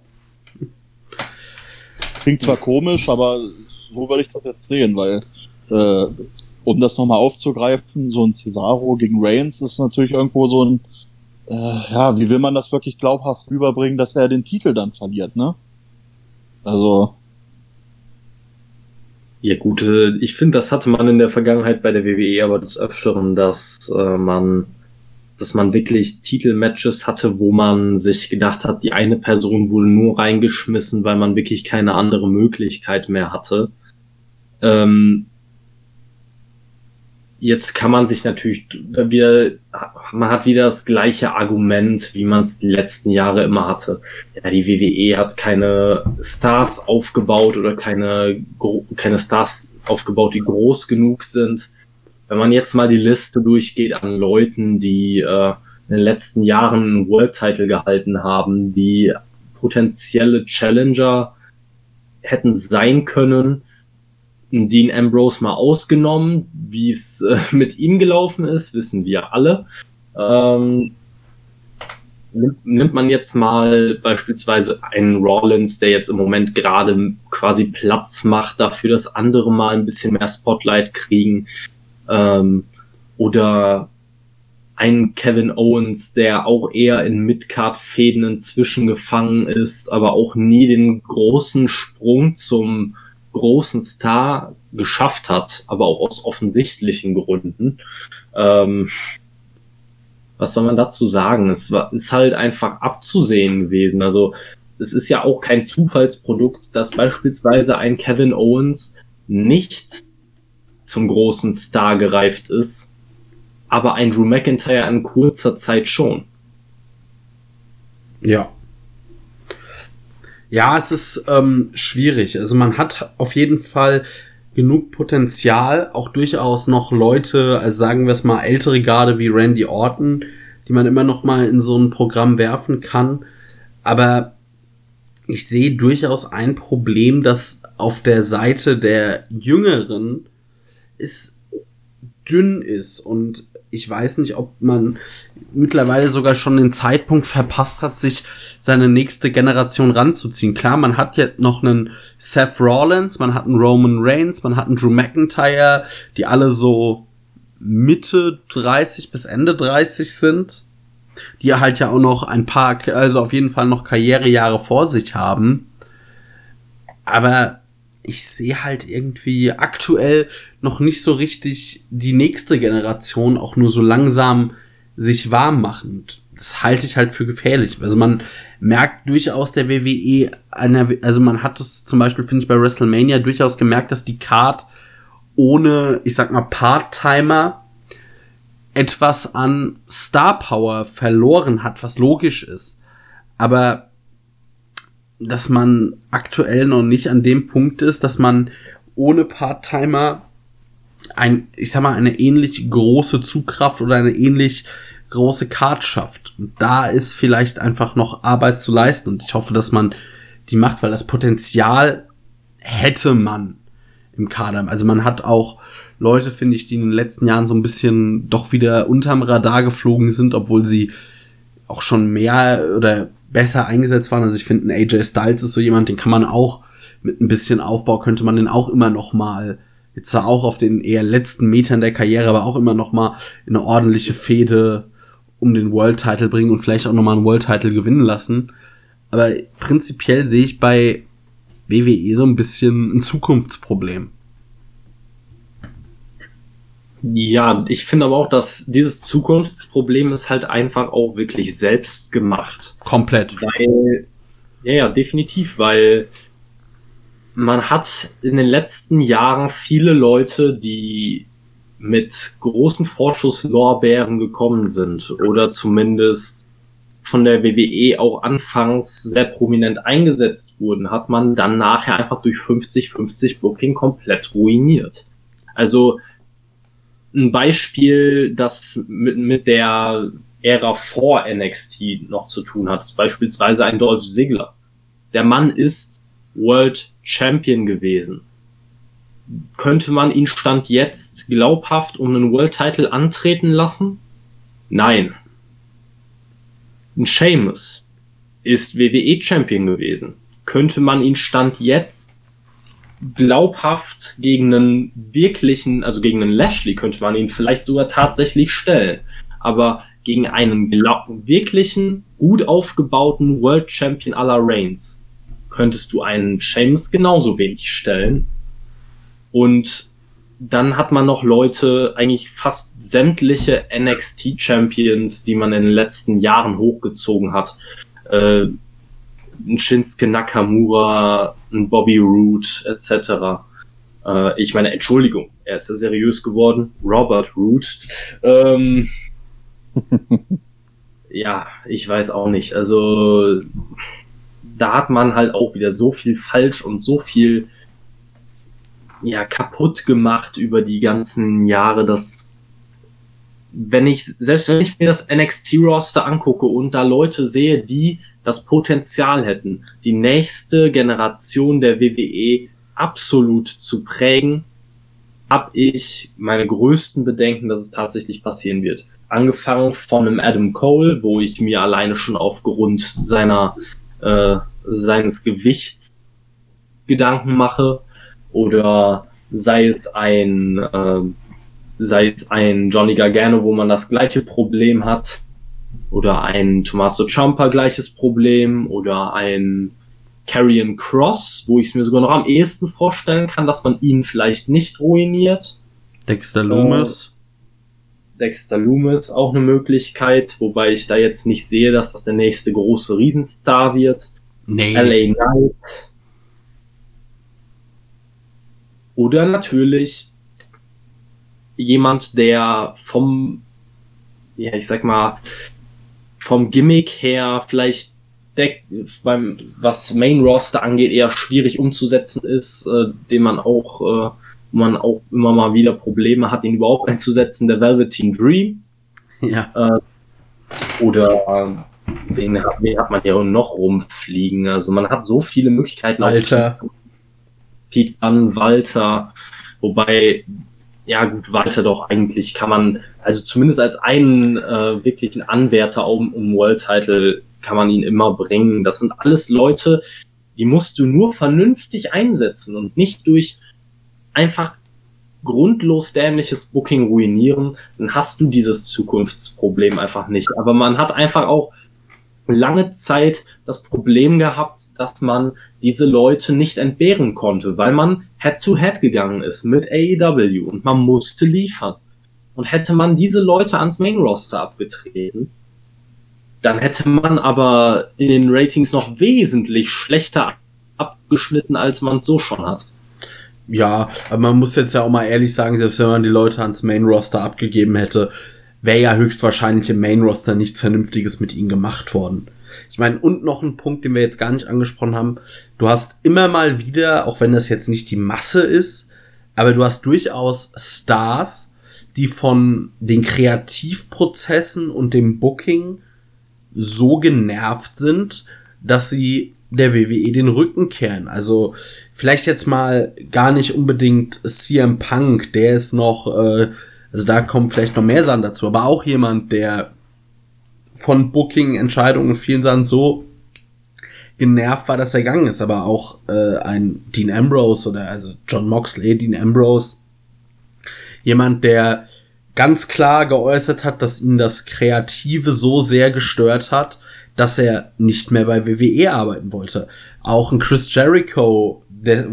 Klingt zwar komisch, aber so würde ich das jetzt sehen, weil äh, um das nochmal aufzugreifen, so ein Cesaro gegen Reigns ist natürlich irgendwo so ein, äh, ja, wie will man das wirklich glaubhaft rüberbringen, dass er den Titel dann verliert, ne? Also. Ja gut, äh, ich finde, das hatte man in der Vergangenheit bei der W W E aber des Öfteren, dass äh, man dass man wirklich Titelmatches hatte, wo man sich gedacht hat, die eine Person wurde nur reingeschmissen, weil man wirklich keine andere Möglichkeit mehr hatte. Ähm, jetzt kann man sich natürlich wieder, man hat wieder das gleiche Argument, wie man es die letzten Jahre immer hatte. Ja, die W W E hat keine Stars aufgebaut oder keine, keine Stars aufgebaut, die groß genug sind. Wenn man jetzt mal die Liste durchgeht an Leuten, die äh, in den letzten Jahren einen World Title gehalten haben, die potenzielle Challenger hätten sein können, Dean Ambrose mal ausgenommen, wie es äh, mit ihm gelaufen ist, wissen wir alle. Ähm, nimmt, nimmt man jetzt mal beispielsweise einen Rollins, der jetzt im Moment gerade quasi Platz macht dafür, dass andere mal ein bisschen mehr Spotlight kriegen, ähm, oder einen Kevin Owens, der auch eher in Midcard-Fäden inzwischen gefangen ist, aber auch nie den großen Sprung zum großen Star geschafft hat, aber auch aus offensichtlichen Gründen. Ähm, was soll man dazu sagen? Es war, ist halt einfach abzusehen gewesen. Also es ist ja auch kein Zufallsprodukt, dass beispielsweise ein Kevin Owens nicht zum großen Star gereift ist, aber ein Drew McIntyre in kurzer Zeit schon. Ja. Ja, es ist ähm, schwierig. Also man hat auf jeden Fall genug Potenzial, auch durchaus noch Leute, also sagen wir es mal ältere Garde wie Randy Orton, die man immer noch mal in so ein Programm werfen kann. Aber ich sehe durchaus ein Problem, dass auf der Seite der Jüngeren es dünn ist, und ich weiß nicht, ob man mittlerweile sogar schon den Zeitpunkt verpasst hat, sich seine nächste Generation ranzuziehen. Klar, man hat jetzt noch einen Seth Rollins, man hat einen Roman Reigns, man hat einen Drew McIntyre, die alle so Mitte dreißig bis Ende dreißig sind, die halt ja auch noch ein paar, also auf jeden Fall noch Karrierejahre vor sich haben. Aber ich sehe halt irgendwie aktuell noch nicht so richtig die nächste Generation auch nur so langsam sich warm machen. Das halte ich halt für gefährlich. Also man merkt durchaus der W W E, einer, also man hat es zum Beispiel, finde ich, bei WrestleMania durchaus gemerkt, dass die Card ohne, ich sag mal, Part-Timer etwas an Star Power verloren hat, was logisch ist. Aber dass man aktuell noch nicht an dem Punkt ist, dass man ohne Part-Timer ein, ich sag mal, eine ähnlich große Zugkraft oder eine ähnlich große Card schafft. Und da ist vielleicht einfach noch Arbeit zu leisten, und ich hoffe, dass man die macht, weil das Potenzial hätte man im Kader. Also man hat auch Leute, finde ich, die in den letzten Jahren so ein bisschen doch wieder unterm Radar geflogen sind, obwohl sie auch schon mehr oder besser eingesetzt waren. Also ich finde, ein A J Styles ist so jemand, den kann man auch mit ein bisschen Aufbau, könnte man den auch immer noch mal, jetzt zwar auch auf den eher letzten Metern der Karriere, aber auch immer noch mal in eine ordentliche Fehde um den World Title bringen und vielleicht auch noch mal einen World Title gewinnen lassen. Aber prinzipiell sehe ich bei W W E so ein bisschen ein Zukunftsproblem. Ja, ich finde aber auch, dass dieses Zukunftsproblem ist halt einfach auch wirklich selbst gemacht. Komplett. Weil, ja, ja, definitiv, weil man hat in den letzten Jahren viele Leute, die mit großen Vorschusslorbeeren gekommen sind oder zumindest von der W W E auch anfangs sehr prominent eingesetzt wurden, hat man dann nachher einfach durch fünfzig fünfzig Booking komplett ruiniert. Also ein Beispiel, das mit, mit der Ära vor N X T noch zu tun hat, ist beispielsweise ein Dolph Ziggler. Der Mann ist World Champion gewesen. Könnte man ihn Stand jetzt glaubhaft um einen World Title antreten lassen? Nein. Ein Sheamus ist W W E Champion gewesen. Könnte man ihn Stand jetzt glaubhaft gegen einen wirklichen, also gegen einen Lashley, könnte man ihn vielleicht sogar tatsächlich stellen. Aber gegen einen glaub- wirklichen, gut aufgebauten World Champion à la Reigns könntest du einen Sheamus genauso wenig stellen. Und dann hat man noch Leute, eigentlich fast sämtliche N X T-Champions, die man in den letzten Jahren hochgezogen hat. Äh, ein Shinsuke Nakamura, ein Bobby Roode, et cetera. Äh, ich meine, Entschuldigung, er ist ja seriös geworden. Robert Roode. Ähm, ja, ich weiß auch nicht. Also, da hat man halt auch wieder so viel falsch und so viel ja, kaputt gemacht über die ganzen Jahre, dass wenn ich, selbst wenn ich mir das N X T-Roster angucke und da Leute sehe, die das Potenzial hätten, die nächste Generation der W W E absolut zu prägen, habe ich meine größten Bedenken, dass es tatsächlich passieren wird. Angefangen von einem Adam Cole, wo ich mir alleine schon aufgrund seiner, äh, seines Gewichts Gedanken mache, oder sei es ein äh, sei es ein Johnny Gargano, wo man das gleiche Problem hat, oder ein Tommaso Ciampa gleiches Problem, oder ein Karrion Kross, wo ich es mir sogar noch am ehesten vorstellen kann, dass man ihn vielleicht nicht ruiniert. Dexter Lumis. Äh, Dexter Lumis auch eine Möglichkeit, wobei ich da jetzt nicht sehe, dass das der nächste große Riesenstar wird. Nee. L A Knight. Oder natürlich jemand, der vom, ja, ich sag mal, vom Gimmick her vielleicht deck, beim, was Main Roster angeht, eher schwierig umzusetzen ist, äh, den man auch, äh, wo man auch immer mal wieder Probleme hat, ihn überhaupt einzusetzen, der Velveteen Dream. Ja. Äh, oder äh, wen, hat, wen hat man hier noch rumfliegen? Also man hat so viele Möglichkeiten. Alter. Pete Dunne, Walter, wobei, ja gut, Walter doch eigentlich kann man, also zumindest als einen äh, wirklichen Anwärter um, um World Title kann man ihn immer bringen. Das sind alles Leute, die musst du nur vernünftig einsetzen und nicht durch einfach grundlos dämliches Booking ruinieren, dann hast du dieses Zukunftsproblem einfach nicht. Aber man hat einfach auch lange Zeit das Problem gehabt, dass man diese Leute nicht entbehren konnte, weil man Head-to-Head gegangen ist mit A E W und man musste liefern. Und hätte man diese Leute ans Main-Roster abgetreten, dann hätte man aber in den Ratings noch wesentlich schlechter abgeschnitten, als man es so schon hat. Ja, aber man muss jetzt ja auch mal ehrlich sagen, selbst wenn man die Leute ans Main-Roster abgegeben hätte, wäre ja höchstwahrscheinlich im Main-Roster nichts Vernünftiges mit ihnen gemacht worden. Ich meine, und noch ein Punkt, den wir jetzt gar nicht angesprochen haben, du hast immer mal wieder, auch wenn das jetzt nicht die Masse ist, aber du hast durchaus Stars, die von den Kreativprozessen und dem Booking so genervt sind, dass sie der W W E den Rücken kehren. Also vielleicht jetzt mal gar nicht unbedingt C M Punk, der ist noch, äh, also da kommen vielleicht noch mehr Sachen dazu, aber auch jemand, der von Booking-Entscheidungen und vielen Sachen so genervt war, dass er gegangen ist, aber auch äh, ein Dean Ambrose oder also Jon Moxley, Dean Ambrose, jemand, der ganz klar geäußert hat, dass ihn das Kreative so sehr gestört hat, dass er nicht mehr bei W W E arbeiten wollte. Auch ein Chris Jericho, der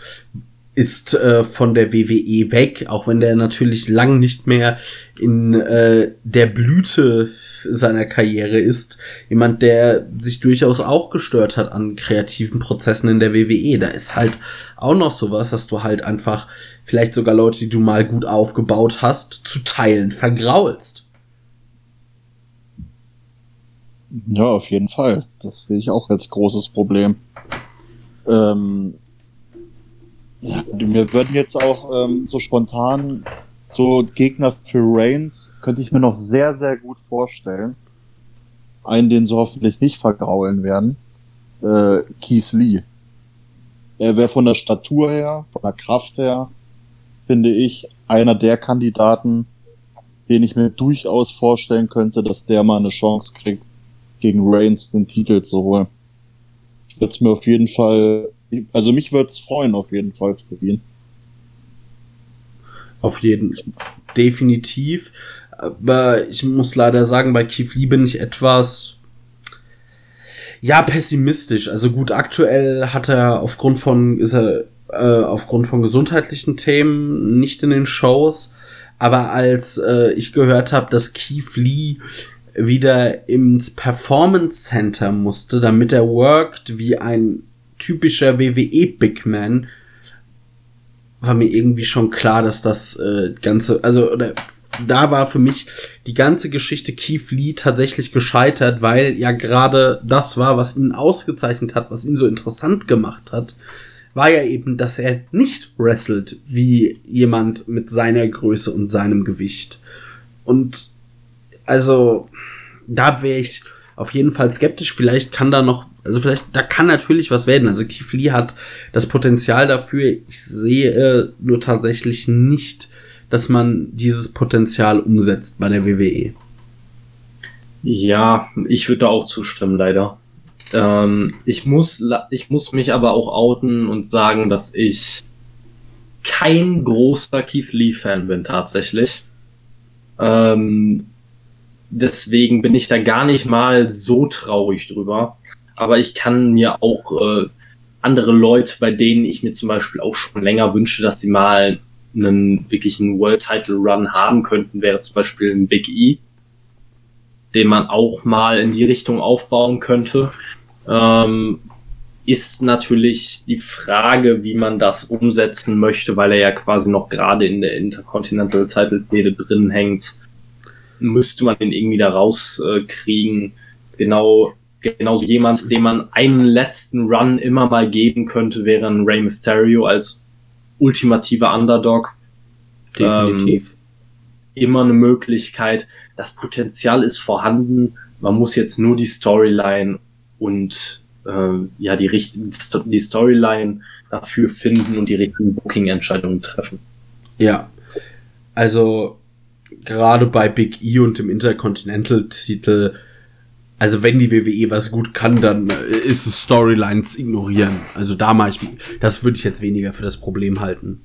ist äh, von der W W E weg, auch wenn der natürlich lang nicht mehr in äh, der Blüte seiner Karriere ist. Jemand, der sich durchaus auch gestört hat an kreativen Prozessen in der W W E. Da ist halt auch noch sowas, dass du halt einfach vielleicht sogar Leute, die du mal gut aufgebaut hast, zu Teilen vergraulst. Ja, auf jeden Fall. Das sehe ich auch als großes Problem. Ähm, ja, mir würden jetzt auch ähm, so spontan so Gegner für Reigns könnte ich mir noch sehr, sehr gut vorstellen. Einen, den sie hoffentlich nicht vergraulen werden. Äh, Keith Lee. Er wäre von der Statur her, von der Kraft her, finde ich, einer der Kandidaten, den ich mir durchaus vorstellen könnte, dass der mal eine Chance kriegt, gegen Reigns den Titel zu holen. Ich würde es mir auf jeden Fall, also mich würde es freuen auf jeden Fall für ihn. Auf jeden, definitiv. Aber ich muss leider sagen, bei Keith Lee bin ich etwas, ja, pessimistisch. Also gut, aktuell hat er aufgrund von, ist er äh, aufgrund von gesundheitlichen Themen nicht in den Shows. Aber als äh, ich gehört habe, dass Keith Lee wieder ins Performance Center musste, damit er worked wie ein typischer W W E Big Man, war mir irgendwie schon klar, dass das äh, ganze, also oder da war für mich die ganze Geschichte Keith Lee tatsächlich gescheitert, weil ja gerade das war, was ihn ausgezeichnet hat, was ihn so interessant gemacht hat, war ja eben, dass er nicht wrestelt wie jemand mit seiner Größe und seinem Gewicht. Und also da wäre ich auf jeden Fall skeptisch. Vielleicht kann da noch, also vielleicht, da kann natürlich was werden. Also Keith Lee hat das Potenzial dafür. Ich sehe nur tatsächlich nicht, dass man dieses Potenzial umsetzt bei der W W E. Ja, ich würde da auch zustimmen, leider. Ähm, ich muss, ich muss mich aber auch outen und sagen, dass ich kein großer Keith Lee-Fan bin, tatsächlich. Ähm, deswegen bin ich da gar nicht mal so traurig drüber. Aber ich kann mir auch äh, andere Leute, bei denen ich mir zum Beispiel auch schon länger wünsche, dass sie mal einen wirklichen World-Title-Run haben könnten, wäre zum Beispiel ein Big E, den man auch mal in die Richtung aufbauen könnte. Ähm, ist natürlich die Frage, wie man das umsetzen möchte, weil er ja quasi noch gerade in der Intercontinental-Title-Fehde drin hängt. Müsste man den irgendwie da rauskriegen. Äh, genau, genauso jemand, dem man einen letzten Run immer mal geben könnte, wäre ein Rey Mysterio als ultimativer Underdog. Definitiv. Ähm, immer eine Möglichkeit. Das Potenzial ist vorhanden. Man muss jetzt nur die Storyline und äh, ja die richtigen die Storyline dafür finden und die richtigen Booking-Entscheidungen treffen. Ja, also gerade bei Big E und dem Intercontinental-Titel, also wenn die W W E was gut kann, dann ist es Storylines ignorieren. Also da mache ich, das würde ich jetzt weniger für das Problem halten.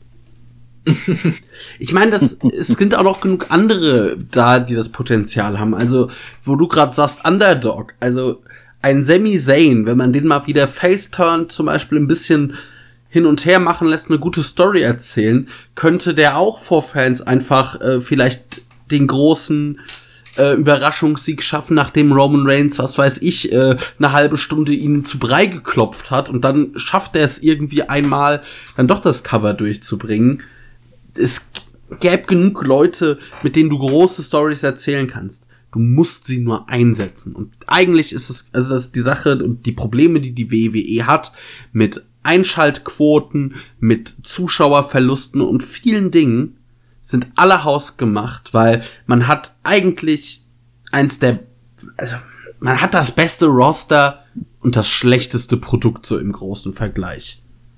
Ich meine, das, es sind auch noch genug andere da, die das Potenzial haben. Also, wo du gerade sagst, Underdog, also ein Sami Zayn, wenn man den mal wieder Face-Turn zum Beispiel ein bisschen hin und her machen lässt, eine gute Story erzählen, könnte der auch vor Fans einfach äh, vielleicht den großen äh, Überraschungssieg schaffen, nachdem Roman Reigns, was weiß ich, äh, eine halbe Stunde ihn zu Brei geklopft hat und dann schafft er es irgendwie einmal, dann doch das Cover durchzubringen. Es gäbe genug Leute, mit denen du große Stories erzählen kannst. Du musst sie nur einsetzen. Und eigentlich ist es, also das ist die Sache und die Probleme, die die W W E hat, mit Einschaltquoten, mit Zuschauerverlusten und vielen Dingen, sind alle hausgemacht, weil man hat eigentlich eins der, also man hat das beste Roster und das schlechteste Produkt so im großen Vergleich.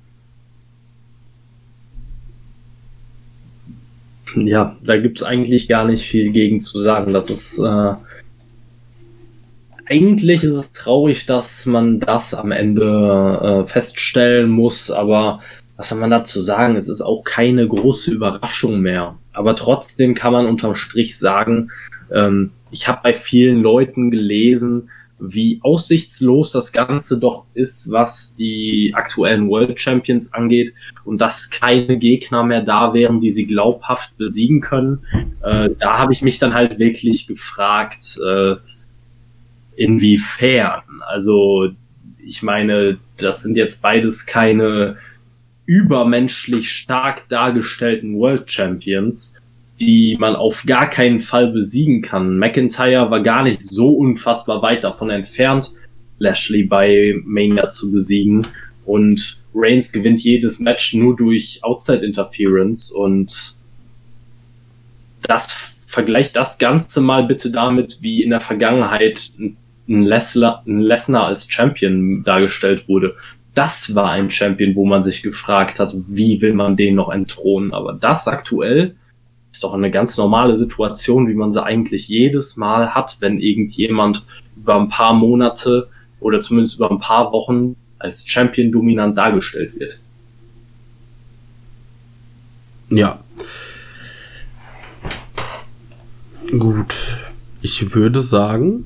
Ja, da gibt's eigentlich gar nicht viel gegen zu sagen. Das ist äh, eigentlich ist es traurig, dass man das am Ende äh, feststellen muss, aber was soll man dazu sagen? Es ist auch keine große Überraschung mehr. Aber trotzdem kann man unterm Strich sagen, ähm, ich habe bei vielen Leuten gelesen, wie aussichtslos das Ganze doch ist, was die aktuellen World Champions angeht und dass keine Gegner mehr da wären, die sie glaubhaft besiegen können. Äh, da habe ich mich dann halt wirklich gefragt, äh, inwiefern. Also ich meine, das sind jetzt beides keine übermenschlich stark dargestellten World Champions, die man auf gar keinen Fall besiegen kann. McIntyre war gar nicht so unfassbar weit davon entfernt, Lashley bei Mania zu besiegen. Und Reigns gewinnt jedes Match nur durch Outside Interference. Und das vergleicht das Ganze mal bitte damit, wie in der Vergangenheit ein Lesnar, ein Lesnar als Champion dargestellt wurde. Das war ein Champion, wo man sich gefragt hat, wie will man den noch entthronen. Aber das aktuell ist doch eine ganz normale Situation, wie man sie eigentlich jedes Mal hat, wenn irgendjemand über ein paar Monate oder zumindest über ein paar Wochen als Champion dominant dargestellt wird. Ja. Gut. Ich würde sagen,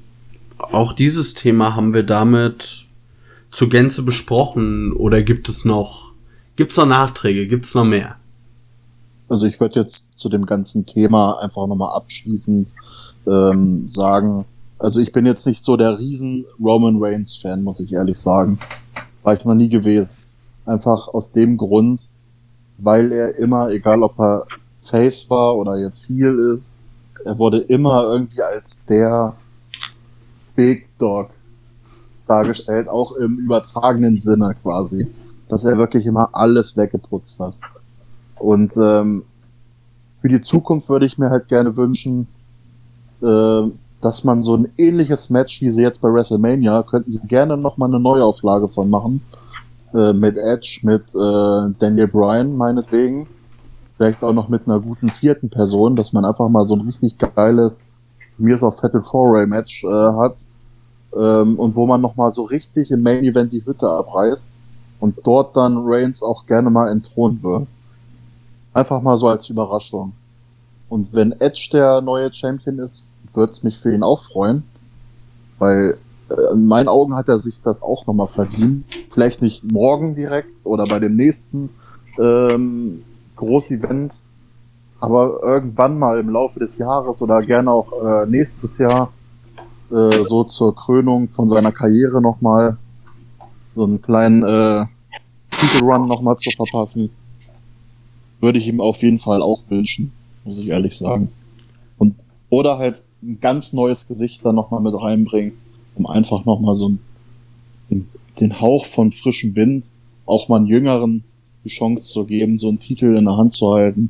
auch dieses Thema haben wir damit zur Gänze besprochen, oder gibt es noch, gibt's noch Nachträge, gibt's noch mehr? Also ich würde jetzt zu dem ganzen Thema einfach nochmal abschließend ähm, sagen, also ich bin jetzt nicht so der riesen Roman Reigns Fan, muss ich ehrlich sagen. War ich noch nie gewesen. Einfach aus dem Grund, weil er immer, egal ob er Face war oder jetzt Heel ist, er wurde immer irgendwie als der Big Dog dargestellt, auch im übertragenen Sinne quasi. Dass er wirklich immer alles weggeputzt hat. Und ähm, für die Zukunft würde ich mir halt gerne wünschen, äh, dass man so ein ähnliches Match, wie sie jetzt bei WrestleMania, könnten sie gerne nochmal eine Neuauflage von machen. Äh, mit Edge, mit äh, Daniel Bryan meinetwegen. Vielleicht auch noch mit einer guten vierten Person, dass man einfach mal so ein richtig geiles, mir ist auch Fatal Four-Way Match äh, hat. Ähm, und wo man nochmal so richtig im Main Event die Hütte abreißt und dort dann Reigns auch gerne mal entthront wird. Einfach mal so als Überraschung. Und wenn Edge der neue Champion ist, würde es mich für ihn auch freuen. Weil äh, in meinen Augen hat er sich das auch nochmal verdient. Vielleicht nicht morgen direkt oder bei dem nächsten ähm, Groß-Event. Aber irgendwann mal im Laufe des Jahres oder gerne auch äh, nächstes Jahr äh, so zur Krönung von seiner Karriere nochmal so einen kleinen äh, Titelrun nochmal zu verpassen. Würde ich ihm auf jeden Fall auch wünschen, muss ich ehrlich sagen. Und oder halt ein ganz neues Gesicht dann nochmal mit reinbringen, um einfach nochmal so einen, den Hauch von frischem Wind, auch mal einen Jüngeren die Chance zu geben, so einen Titel in der Hand zu halten.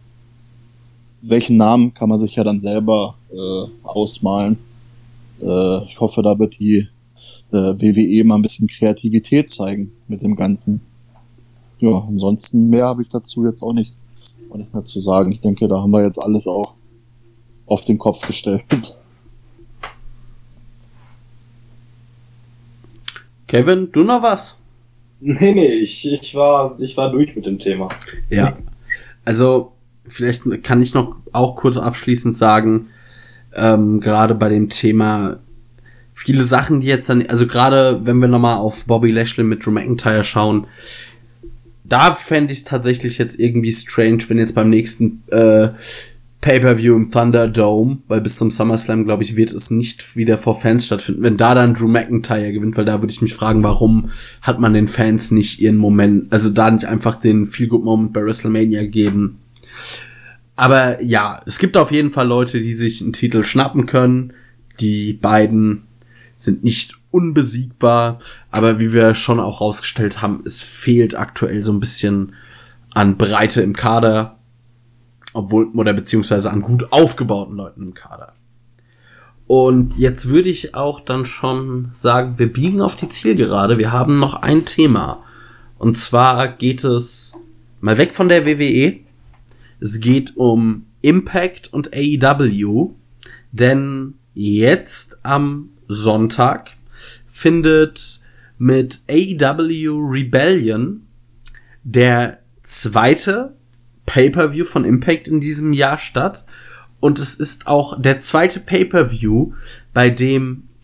Welchen Namen kann man sich ja dann selber äh, ausmalen. Äh, ich hoffe, da wird die äh, W W E mal ein bisschen Kreativität zeigen mit dem Ganzen. Ja, ansonsten mehr habe ich dazu jetzt auch nicht, auch nicht mehr zu sagen. Ich denke, da haben wir jetzt alles auch auf den Kopf gestellt. Kevin, du noch was? Nee, nee, ich, ich, war, ich war durch mit dem Thema. Ja, also vielleicht kann ich noch auch kurz abschließend sagen, ähm, gerade bei dem Thema viele Sachen, die jetzt dann, also gerade wenn wir nochmal auf Bobby Lashley mit Drew McIntyre schauen, da fände ich es tatsächlich jetzt irgendwie strange, wenn jetzt beim nächsten äh, Pay-Per-View im Thunderdome, weil bis zum SummerSlam, glaube ich, wird es nicht wieder vor Fans stattfinden, wenn da dann Drew McIntyre gewinnt, weil da würde ich mich fragen, warum hat man den Fans nicht ihren Moment, also da nicht einfach den Feel-Good-Moment bei WrestleMania geben. Aber ja, es gibt auf jeden Fall Leute, die sich einen Titel schnappen können. Die beiden sind nicht unbesiegbar, aber wie wir schon auch rausgestellt haben, es fehlt aktuell so ein bisschen an Breite im Kader, obwohl, oder beziehungsweise an gut aufgebauten Leuten im Kader. Und jetzt würde ich auch dann schon sagen, wir biegen auf die Zielgerade. Wir haben noch ein Thema. Und zwar geht es mal weg von der W W E. Es geht um Impact und A E W. Denn jetzt am Sonntag findet mit A E W Rebellion der zweite Pay-Per-View von Impact in diesem Jahr statt. Und es ist auch der zweite Pay-Per-View, bei dem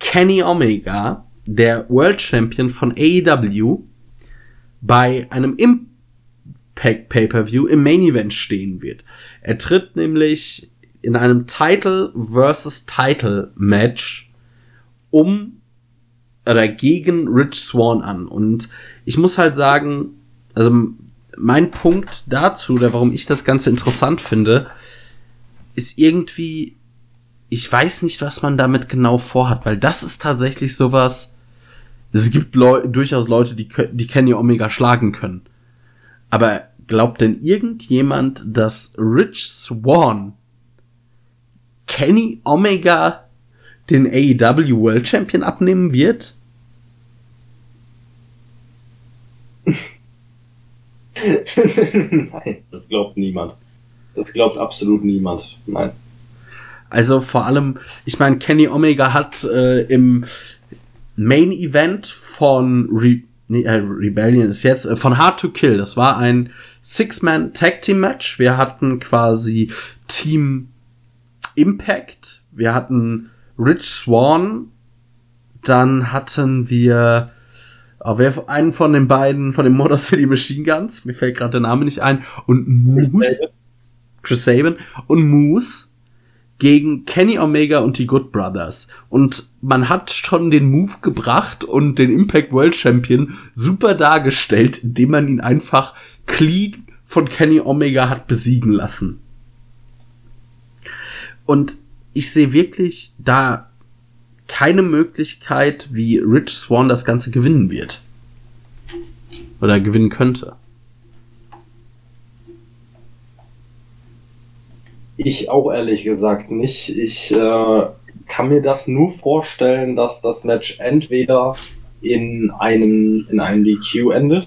Kenny Omega, der World Champion von A E W, bei einem Impact Pay-Per-View im Main Event stehen wird. Er tritt nämlich in einem Title versus Title Match um oder gegen Rich Swann an. Und ich muss halt sagen, also mein Punkt dazu, oder warum ich das Ganze interessant finde, ist irgendwie, ich weiß nicht, was man damit genau vorhat, weil das ist tatsächlich sowas, es gibt Leu- durchaus Leute, die, die Kenny Omega schlagen können. Aber glaubt denn irgendjemand, dass Rich Swann Kenny Omega den A E W World Champion abnehmen wird? Nein, das glaubt niemand. Das glaubt absolut niemand. Nein. Also vor allem, ich meine, Kenny Omega hat äh, im Main Event von Re- nee, äh, Rebellion ist jetzt äh, von Hard to Kill. Das war ein Six-Man Tag Team Match. Wir hatten quasi Team Impact. Wir hatten Rich Swann. Dann hatten wir oh, wer, einen von den beiden, von den Motor City Machine Guns. Mir fällt gerade der Name nicht ein. Und Moose. Chris Sabin. Und Moose gegen Kenny Omega und die Good Brothers. Und man hat schon den Move gebracht und den Impact World Champion super dargestellt, indem man ihn einfach clean von Kenny Omega hat besiegen lassen. Und ich sehe wirklich da keine Möglichkeit, wie Rich Swann das Ganze gewinnen wird. Oder gewinnen könnte. Ich auch ehrlich gesagt nicht. Ich äh, kann mir das nur vorstellen, dass das Match entweder in einem, in einem D Q endet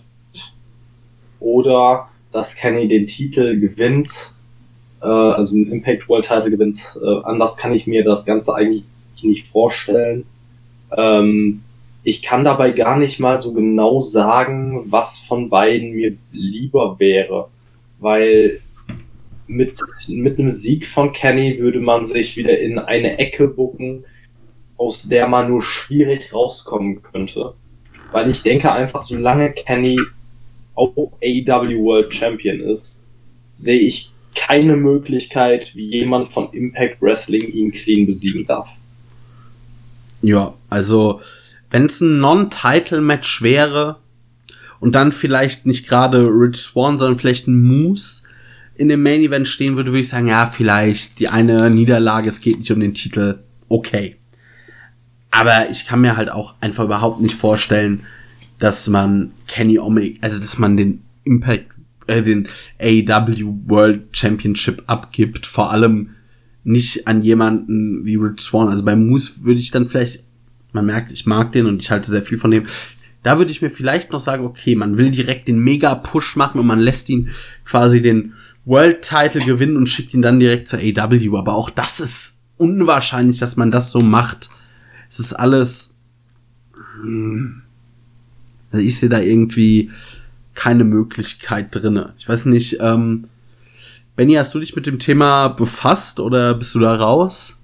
oder dass Kenny den Titel gewinnt, äh, also einen Impact World Title gewinnt. Äh, anders kann ich mir das Ganze eigentlich nicht vorstellen. Ähm, ich kann dabei gar nicht mal so genau sagen, was von beiden mir lieber wäre, weil mit, mit einem Sieg von Kenny würde man sich wieder in eine Ecke bucken, aus der man nur schwierig rauskommen könnte. Weil ich denke einfach, solange Kenny auch A E W World Champion ist, sehe ich keine Möglichkeit, wie jemand von Impact Wrestling ihn clean besiegen darf. Ja, also wenn es ein Non-Title-Match wäre und dann vielleicht nicht gerade Rich Swann, sondern vielleicht ein Moose in dem Main-Event stehen würde, würde ich sagen, ja, vielleicht die eine Niederlage, es geht nicht um den Titel, okay. Aber ich kann mir halt auch einfach überhaupt nicht vorstellen, dass man Kenny Omega, also dass man den Impact, äh, den A E W World Championship abgibt, vor allem nicht an jemanden wie Rich Swann. Also bei Moose würde ich dann vielleicht, man merkt, ich mag den und ich halte sehr viel von dem, da würde ich mir vielleicht noch sagen, okay, man will direkt den Mega-Push machen und man lässt ihn quasi den World-Title gewinnen und schickt ihn dann direkt zur A E W. Aber auch das ist unwahrscheinlich, dass man das so macht. Es ist alles, hm, also ich sehe da irgendwie keine Möglichkeit drinne. Ich weiß nicht, ähm, Benny, hast du dich mit dem Thema befasst oder bist du da raus?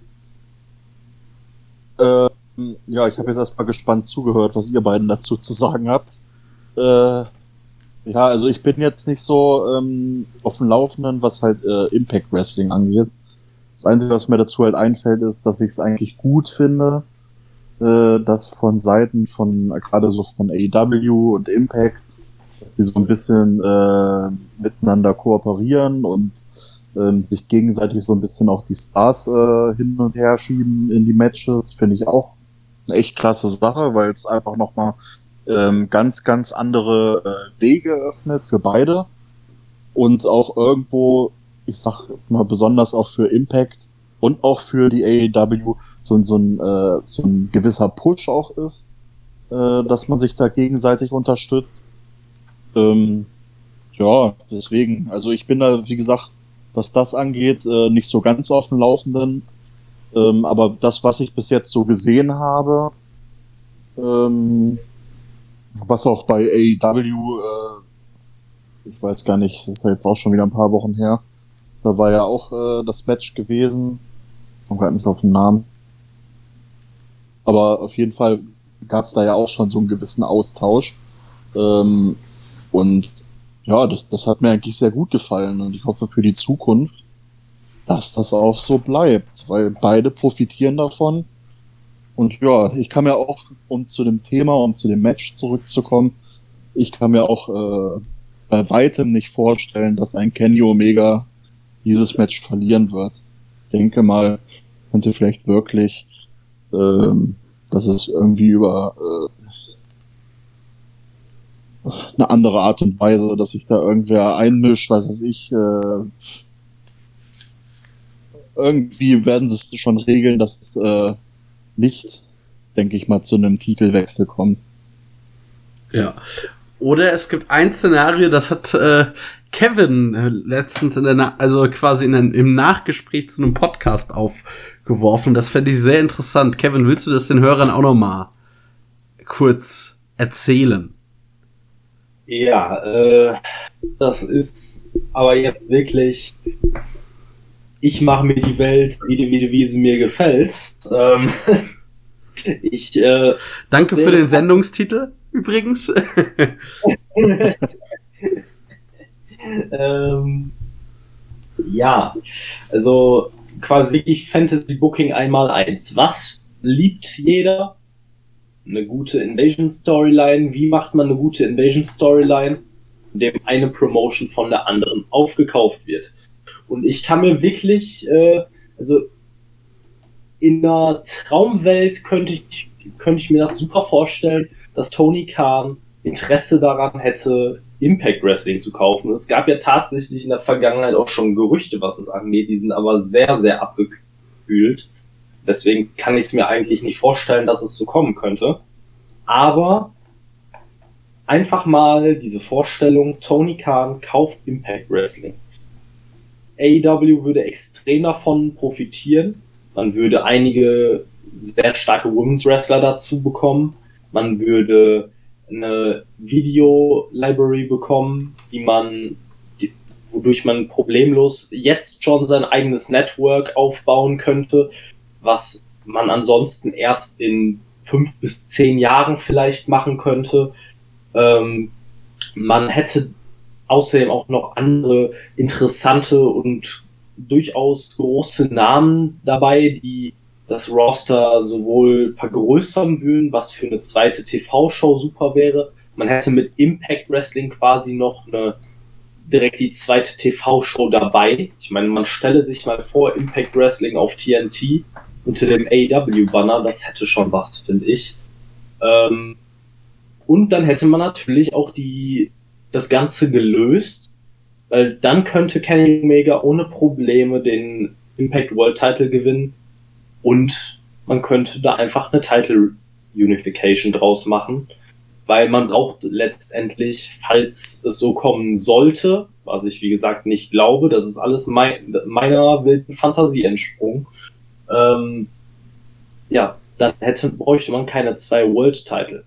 Ähm, ja, ich habe jetzt erstmal gespannt zugehört, was ihr beiden dazu zu sagen habt. Äh, ja, also ich bin jetzt nicht so ähm, auf dem Laufenden, was halt äh, Impact Wrestling angeht. Das Einzige, was mir dazu halt einfällt, ist, dass ich es eigentlich gut finde, äh, dass von Seiten von, gerade so von A E W und Impact, dass die so ein bisschen äh, miteinander kooperieren und ähm, sich gegenseitig so ein bisschen auch die Stars äh, hin und her schieben in die Matches, finde ich auch eine echt klasse Sache, weil es einfach nochmal ähm, ganz, ganz andere äh, Wege öffnet für beide und auch irgendwo, ich sag mal besonders auch für Impact und auch für die A E W so, so, ein, äh, so ein gewisser Push auch ist, äh, dass man sich da gegenseitig unterstützt. Ähm, ja, deswegen, also ich bin da, wie gesagt, was das angeht, äh, nicht so ganz auf dem Laufenden. Ähm, aber das, was ich bis jetzt so gesehen habe, ähm, was auch bei A E W, äh, ich weiß gar nicht, das ist ja jetzt auch schon wieder ein paar Wochen her, da war ja auch äh, das Match gewesen, ich komme gerade nicht auf den Namen. Aber auf jeden Fall gab es da ja auch schon so einen gewissen Austausch. Ähm, und ja, das, das hat mir eigentlich sehr gut gefallen. Und ich hoffe für die Zukunft, dass das auch so bleibt, weil beide profitieren davon. Und ja, ich kann mir auch, um zu dem Thema, um zu dem Match zurückzukommen, ich kann mir auch äh, bei weitem nicht vorstellen, dass ein Kenny Omega dieses Match verlieren wird. Ich denke mal, könnte vielleicht wirklich, ähm, dass es irgendwie über äh, eine andere Art und Weise, dass sich da irgendwer einmischt, was weiß ich, äh, irgendwie werden sie es schon regeln, dass es äh, nicht, denke ich mal, zu einem Titelwechsel kommt. Ja. Oder es gibt ein Szenario, das hat äh, Kevin äh, letztens in der, Na- also quasi in ein, im Nachgespräch zu einem Podcast aufgeworfen. Das fände ich sehr interessant. Kevin, willst du das den Hörern auch noch mal kurz erzählen? Ja, äh, das ist aber jetzt wirklich, ich mache mir die Welt, wie, wie, wie sie mir gefällt. Ähm, ich, äh, Danke für den Sendungstitel übrigens. ähm, ja, also quasi wirklich Fantasy Booking einmal eins. Was liebt jeder? Eine gute Invasion Storyline. Wie macht man eine gute Invasion Storyline? Indem eine Promotion von der anderen aufgekauft wird. Und ich kann mir wirklich, äh, also in einer Traumwelt könnte ich, könnte ich mir das super vorstellen, dass Tony Khan Interesse daran hätte, Impact Wrestling zu kaufen. Es gab ja tatsächlich in der Vergangenheit auch schon Gerüchte, was es angeht, die sind aber sehr, sehr abgekühlt. Deswegen kann ich es mir eigentlich nicht vorstellen, dass es so kommen könnte. Aber einfach mal diese Vorstellung, Tony Khan kauft Impact Wrestling. A E W würde extrem davon profitieren. Man würde einige sehr starke Women's Wrestler dazu bekommen. Man würde eine Video-Library bekommen, die man, die, wodurch man problemlos jetzt schon sein eigenes Network aufbauen könnte, was man ansonsten erst in fünf bis zehn Jahren vielleicht machen könnte. Ähm, man hätte außerdem auch noch andere interessante und durchaus große Namen dabei, die das Roster sowohl vergrößern würden, was für eine zweite T V-Show super wäre. Man hätte mit Impact Wrestling quasi noch eine direkt die zweite T V-Show dabei. Ich meine, man stelle sich mal vor, Impact Wrestling auf T N T unter dem A E W-Banner, das hätte schon was, finde ich. Ähm, und dann hätte man natürlich auch die das Ganze gelöst, weil dann könnte Kenny Omega ohne Probleme den Impact World Title gewinnen und man könnte da einfach eine Title Unification draus machen, weil man braucht letztendlich, falls es so kommen sollte, was ich wie gesagt nicht glaube, das ist alles mein, meiner wilden Fantasie entsprungen, ähm, ja, dann hätte, bräuchte man keine zwei World Title.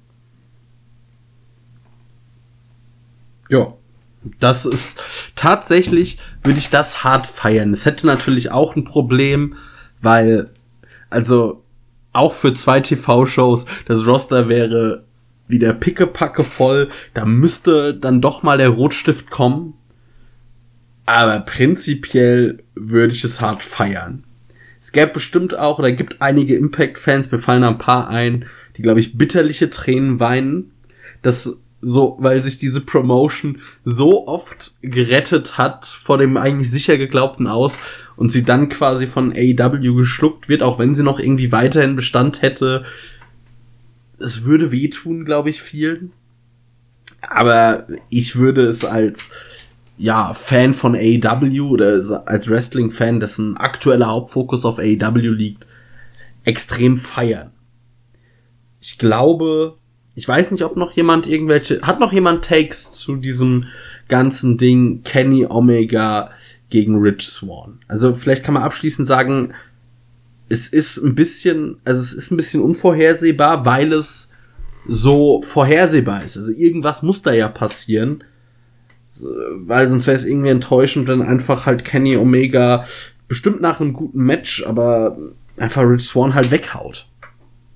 Ja, das ist tatsächlich, würde ich das hart feiern. Es hätte natürlich auch ein Problem, weil, also, auch für zwei T V-Shows, das Roster wäre wieder pickepacke voll, da müsste dann doch mal der Rotstift kommen. Aber prinzipiell würde ich es hart feiern. Es gäbe bestimmt auch, oder gibt einige Impact-Fans, mir fallen da ein paar ein, die, glaube ich, bitterliche Tränen weinen, dass so, weil sich diese Promotion so oft gerettet hat vor dem eigentlich sicher geglaubten Aus und sie dann quasi von A E W geschluckt wird, auch wenn sie noch irgendwie weiterhin Bestand hätte. Es würde wehtun, glaube ich, vielen. Aber ich würde es als, ja, Fan von A E W oder als Wrestling-Fan, dessen aktueller Hauptfokus auf A E W liegt, extrem feiern. Ich glaube, ich weiß nicht, ob noch jemand irgendwelche, hat noch jemand Takes zu diesem ganzen Ding Kenny Omega gegen Rich Swann? Also vielleicht kann man abschließend sagen, es ist ein bisschen, also es ist ein bisschen unvorhersehbar, weil es so vorhersehbar ist. Also irgendwas muss da ja passieren, weil sonst wäre es irgendwie enttäuschend, wenn einfach halt Kenny Omega bestimmt nach einem guten Match, aber einfach Rich Swann halt weghaut.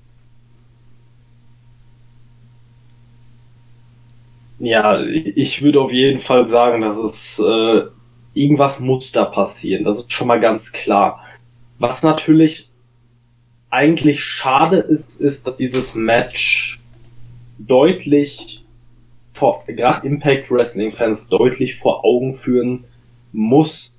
Ja, ich würde auf jeden Fall sagen, dass es äh, irgendwas muss da passieren. Das ist schon mal ganz klar. Was natürlich eigentlich schade ist, ist, dass dieses Match deutlich vor, gerade Impact Wrestling Fans deutlich vor Augen führen muss,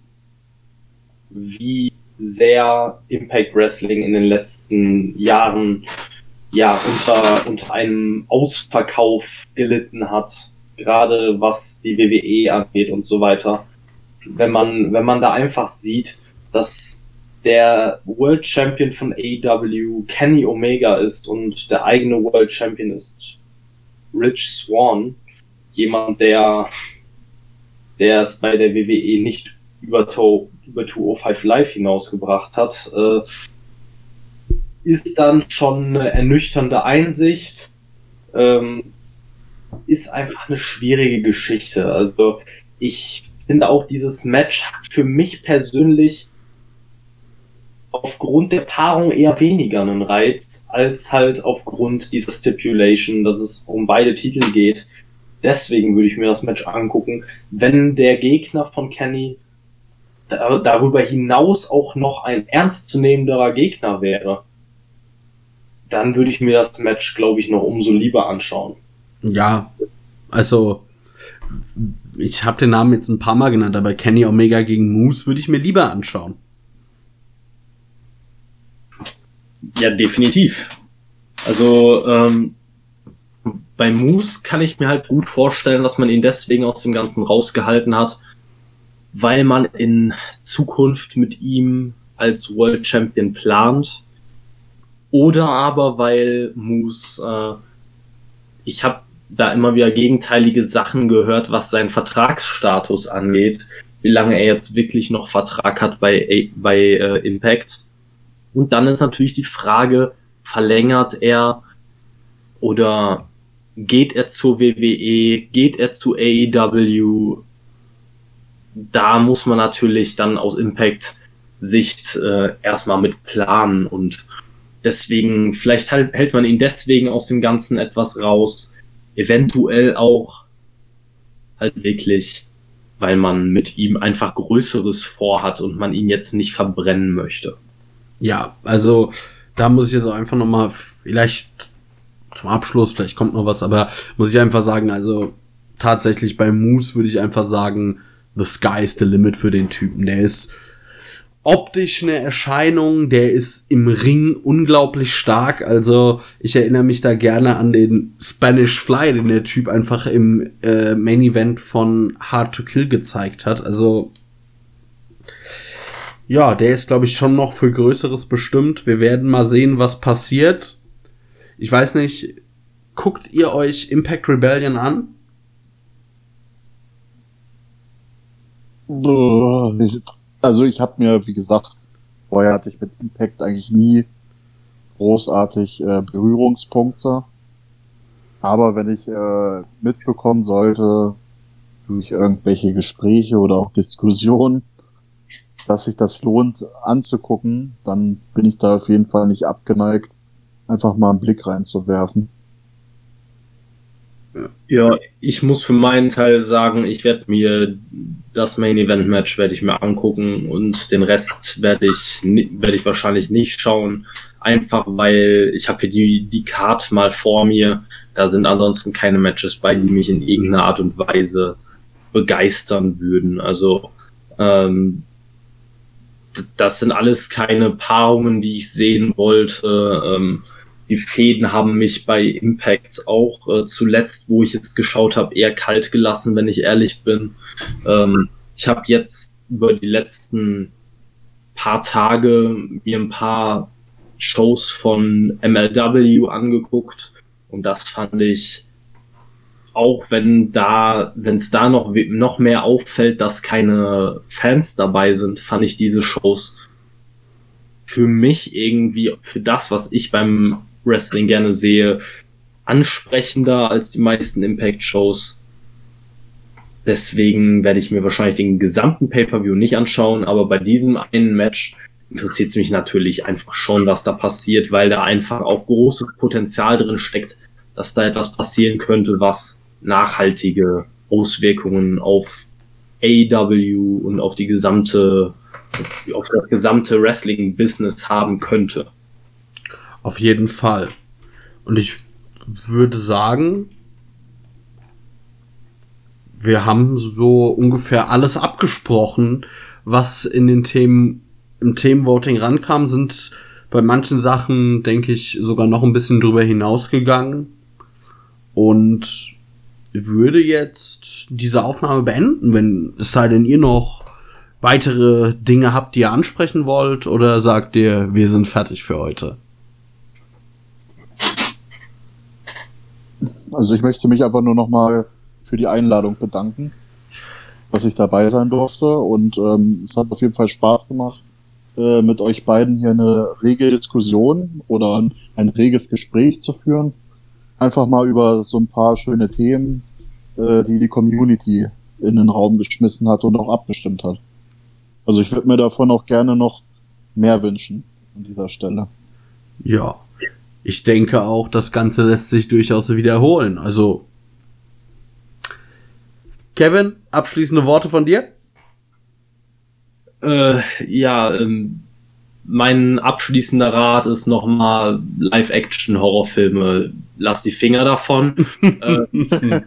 wie sehr Impact Wrestling in den letzten Jahren ja unter, unter einem Ausverkauf gelitten hat, gerade was die W W E angeht und so weiter. Wenn man, wenn man da einfach sieht, dass der World Champion von A E W Kenny Omega ist und der eigene World Champion ist Rich Swann, jemand, der, der es bei der W W E nicht über, to, über zweihundertfünf Live hinausgebracht hat, äh, ist dann schon eine ernüchternde Einsicht, ähm, ist einfach eine schwierige Geschichte. Also ich finde auch, dieses Match hat für mich persönlich aufgrund der Paarung eher weniger einen Reiz, als halt aufgrund dieser Stipulation, dass es um beide Titel geht. Deswegen würde ich mir das Match angucken. Wenn der Gegner von Kenny da, darüber hinaus auch noch ein ernstzunehmenderer Gegner wäre, dann würde ich mir das Match, glaube ich, noch umso lieber anschauen. Ja, also ich habe den Namen jetzt ein paar Mal genannt, aber Kenny Omega gegen Moose würde ich mir lieber anschauen. Ja, definitiv. Also ähm, bei Moose kann ich mir halt gut vorstellen, dass man ihn deswegen aus dem Ganzen rausgehalten hat, weil man in Zukunft mit ihm als World Champion plant. Oder aber weil Moose, äh, ich habe da immer wieder gegenteilige Sachen gehört, was seinen Vertragsstatus angeht, wie lange er jetzt wirklich noch Vertrag hat bei, bei äh, Impact. Und dann ist natürlich die Frage, verlängert er oder geht er zur W W E, geht er zu A E W? Da muss man natürlich dann aus Impact-Sicht äh, erstmal mit planen und deswegen, vielleicht halt, hält man ihn deswegen aus dem Ganzen etwas raus, eventuell auch halt wirklich, weil man mit ihm einfach Größeres vorhat und man ihn jetzt nicht verbrennen möchte. Ja, also da muss ich jetzt auch einfach nochmal, vielleicht zum Abschluss, vielleicht kommt noch was, aber muss ich einfach sagen, also tatsächlich bei Moose würde ich einfach sagen, the sky is the limit für den Typen. Der ist optisch eine Erscheinung, der ist im Ring unglaublich stark, also ich erinnere mich da gerne an den Spanish Fly, den der Typ einfach im äh, Main Event von Hard to Kill gezeigt hat, also ja, der ist, glaube ich, schon noch für Größeres bestimmt. Wir werden mal sehen, was passiert. Ich weiß nicht, guckt ihr euch Impact Rebellion an? Also ich habe mir, wie gesagt, vorher hatte ich mit Impact eigentlich nie großartig äh, Berührungspunkte. Aber wenn ich äh, mitbekommen sollte, durch irgendwelche Gespräche oder auch Diskussionen, dass sich das lohnt anzugucken, dann bin ich da auf jeden Fall nicht abgeneigt, einfach mal einen Blick reinzuwerfen. Ja, ich muss für meinen Teil sagen, ich werde mir das Main Event Match werde ich mir angucken und den Rest werde ich werde ich wahrscheinlich nicht schauen, einfach weil ich habe hier die die Card mal vor mir, da sind ansonsten keine Matches bei, die mich in irgendeiner Art und Weise begeistern würden. Also ähm, das sind alles keine Paarungen, die ich sehen wollte. Ähm, die Fäden haben mich bei Impact auch äh, zuletzt, wo ich jetzt geschaut habe, eher kalt gelassen, wenn ich ehrlich bin. Ähm, ich habe jetzt über die letzten paar Tage mir ein paar Shows von M L W angeguckt und das fand ich, auch wenn da, wenn es da noch, noch mehr auffällt, dass keine Fans dabei sind, fand ich diese Shows für mich irgendwie, für das, was ich beim Wrestling gerne sehe, ansprechender als die meisten Impact-Shows. Deswegen werde ich mir wahrscheinlich den gesamten Pay-Per-View nicht anschauen, aber bei diesem einen Match interessiert es mich natürlich einfach schon, was da passiert, weil da einfach auch großes Potenzial drin steckt, dass da etwas passieren könnte, was nachhaltige Auswirkungen auf A E W und auf die gesamte, auf das gesamte Wrestling-Business haben könnte. Auf jeden Fall. Und ich würde sagen, wir haben so ungefähr alles abgesprochen, was in den Themen, im Themenvoting rankam, sind bei manchen Sachen, denke ich, sogar noch ein bisschen drüber hinausgegangen. Und würde jetzt diese Aufnahme beenden, wenn es sei denn, ihr noch weitere Dinge habt, die ihr ansprechen wollt, oder sagt ihr, wir sind fertig für heute? Also ich möchte mich einfach nur nochmal für die Einladung bedanken, dass ich dabei sein durfte, und ähm, es hat auf jeden Fall Spaß gemacht, äh, mit euch beiden hier eine rege Diskussion oder ein, ein reges Gespräch zu führen. Einfach mal über so ein paar schöne Themen, äh, die die Community in den Raum geschmissen hat und auch abgestimmt hat. Also ich würde mir davon auch gerne noch mehr wünschen an dieser Stelle. Ja, ich denke auch, das Ganze lässt sich durchaus wiederholen. Also, Kevin, abschließende Worte von dir? Äh, ja, ähm, mein abschließender Rat ist nochmal Live-Action-Horrorfilme. Lass die Finger davon. äh,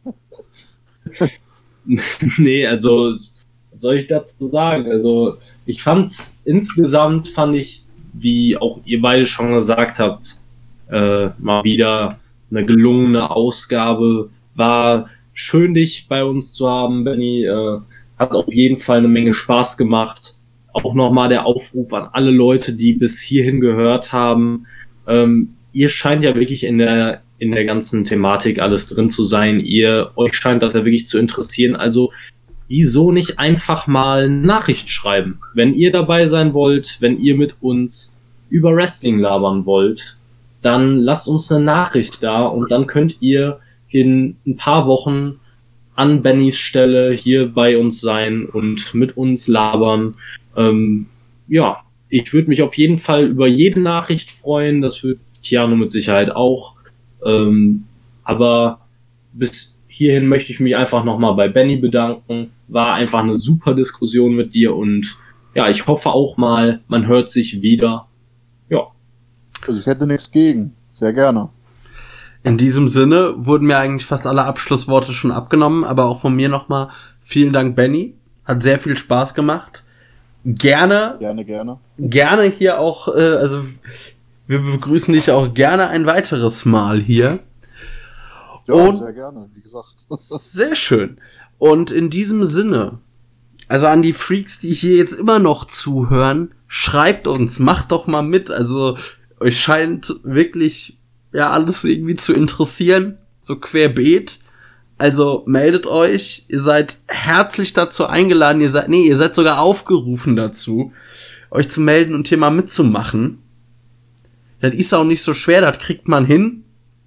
nee, also, was soll ich dazu sagen? Also, ich fand, insgesamt fand ich, wie auch ihr beide schon gesagt habt, äh, mal wieder eine gelungene Ausgabe. War schön, dich bei uns zu haben, Benny. Äh, hat auf jeden Fall eine Menge Spaß gemacht. Auch nochmal der Aufruf an alle Leute, die bis hierhin gehört haben. Ähm, ihr scheint ja wirklich in der, in der ganzen Thematik alles drin zu sein. Ihr, euch scheint das ja wirklich zu interessieren. Also, wieso nicht einfach mal eine Nachricht schreiben? Wenn ihr dabei sein wollt, wenn ihr mit uns über Wrestling labern wollt, dann lasst uns eine Nachricht da, und dann könnt ihr in ein paar Wochen an Bennys Stelle hier bei uns sein und mit uns labern. Ähm, ja, ich würde mich auf jeden Fall über jede Nachricht freuen. Das wird Tiano mit Sicherheit auch. Ähm, aber bis hierhin möchte ich mich einfach nochmal bei Benny bedanken. War einfach eine super Diskussion mit dir, und ja, ich hoffe auch mal, man hört sich wieder. Ja. Also ich hätte nichts gegen. Sehr gerne. In diesem Sinne wurden mir eigentlich fast alle Abschlussworte schon abgenommen, aber auch von mir nochmal vielen Dank, Benny. Hat sehr viel Spaß gemacht. Gerne. Gerne, gerne. Gerne hier auch, äh, also wir begrüßen dich auch gerne ein weiteres Mal hier. Ja, und sehr gerne, wie gesagt. Sehr schön. Und in diesem Sinne, also an die Freaks, die hier jetzt immer noch zuhören, schreibt uns, macht doch mal mit. Also euch scheint wirklich ja alles irgendwie zu interessieren, so querbeet. Also meldet euch, ihr seid herzlich dazu eingeladen, ihr seid, nee, ihr seid sogar aufgerufen dazu, euch zu melden und hier mal mitzumachen. Das ist auch nicht so schwer, das kriegt man hin.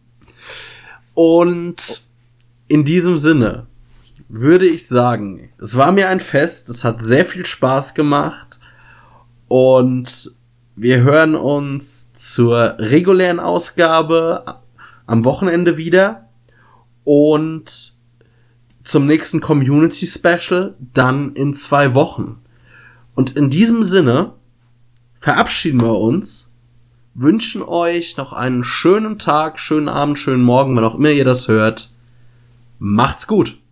Und in diesem Sinne würde ich sagen, es war mir ein Fest, es hat sehr viel Spaß gemacht, und wir hören uns zur regulären Ausgabe am Wochenende wieder und zum nächsten Community Special dann in zwei Wochen. Und in diesem Sinne verabschieden wir uns, wünschen euch noch einen schönen Tag, schönen Abend, schönen Morgen, wann auch immer ihr das hört. Macht's gut!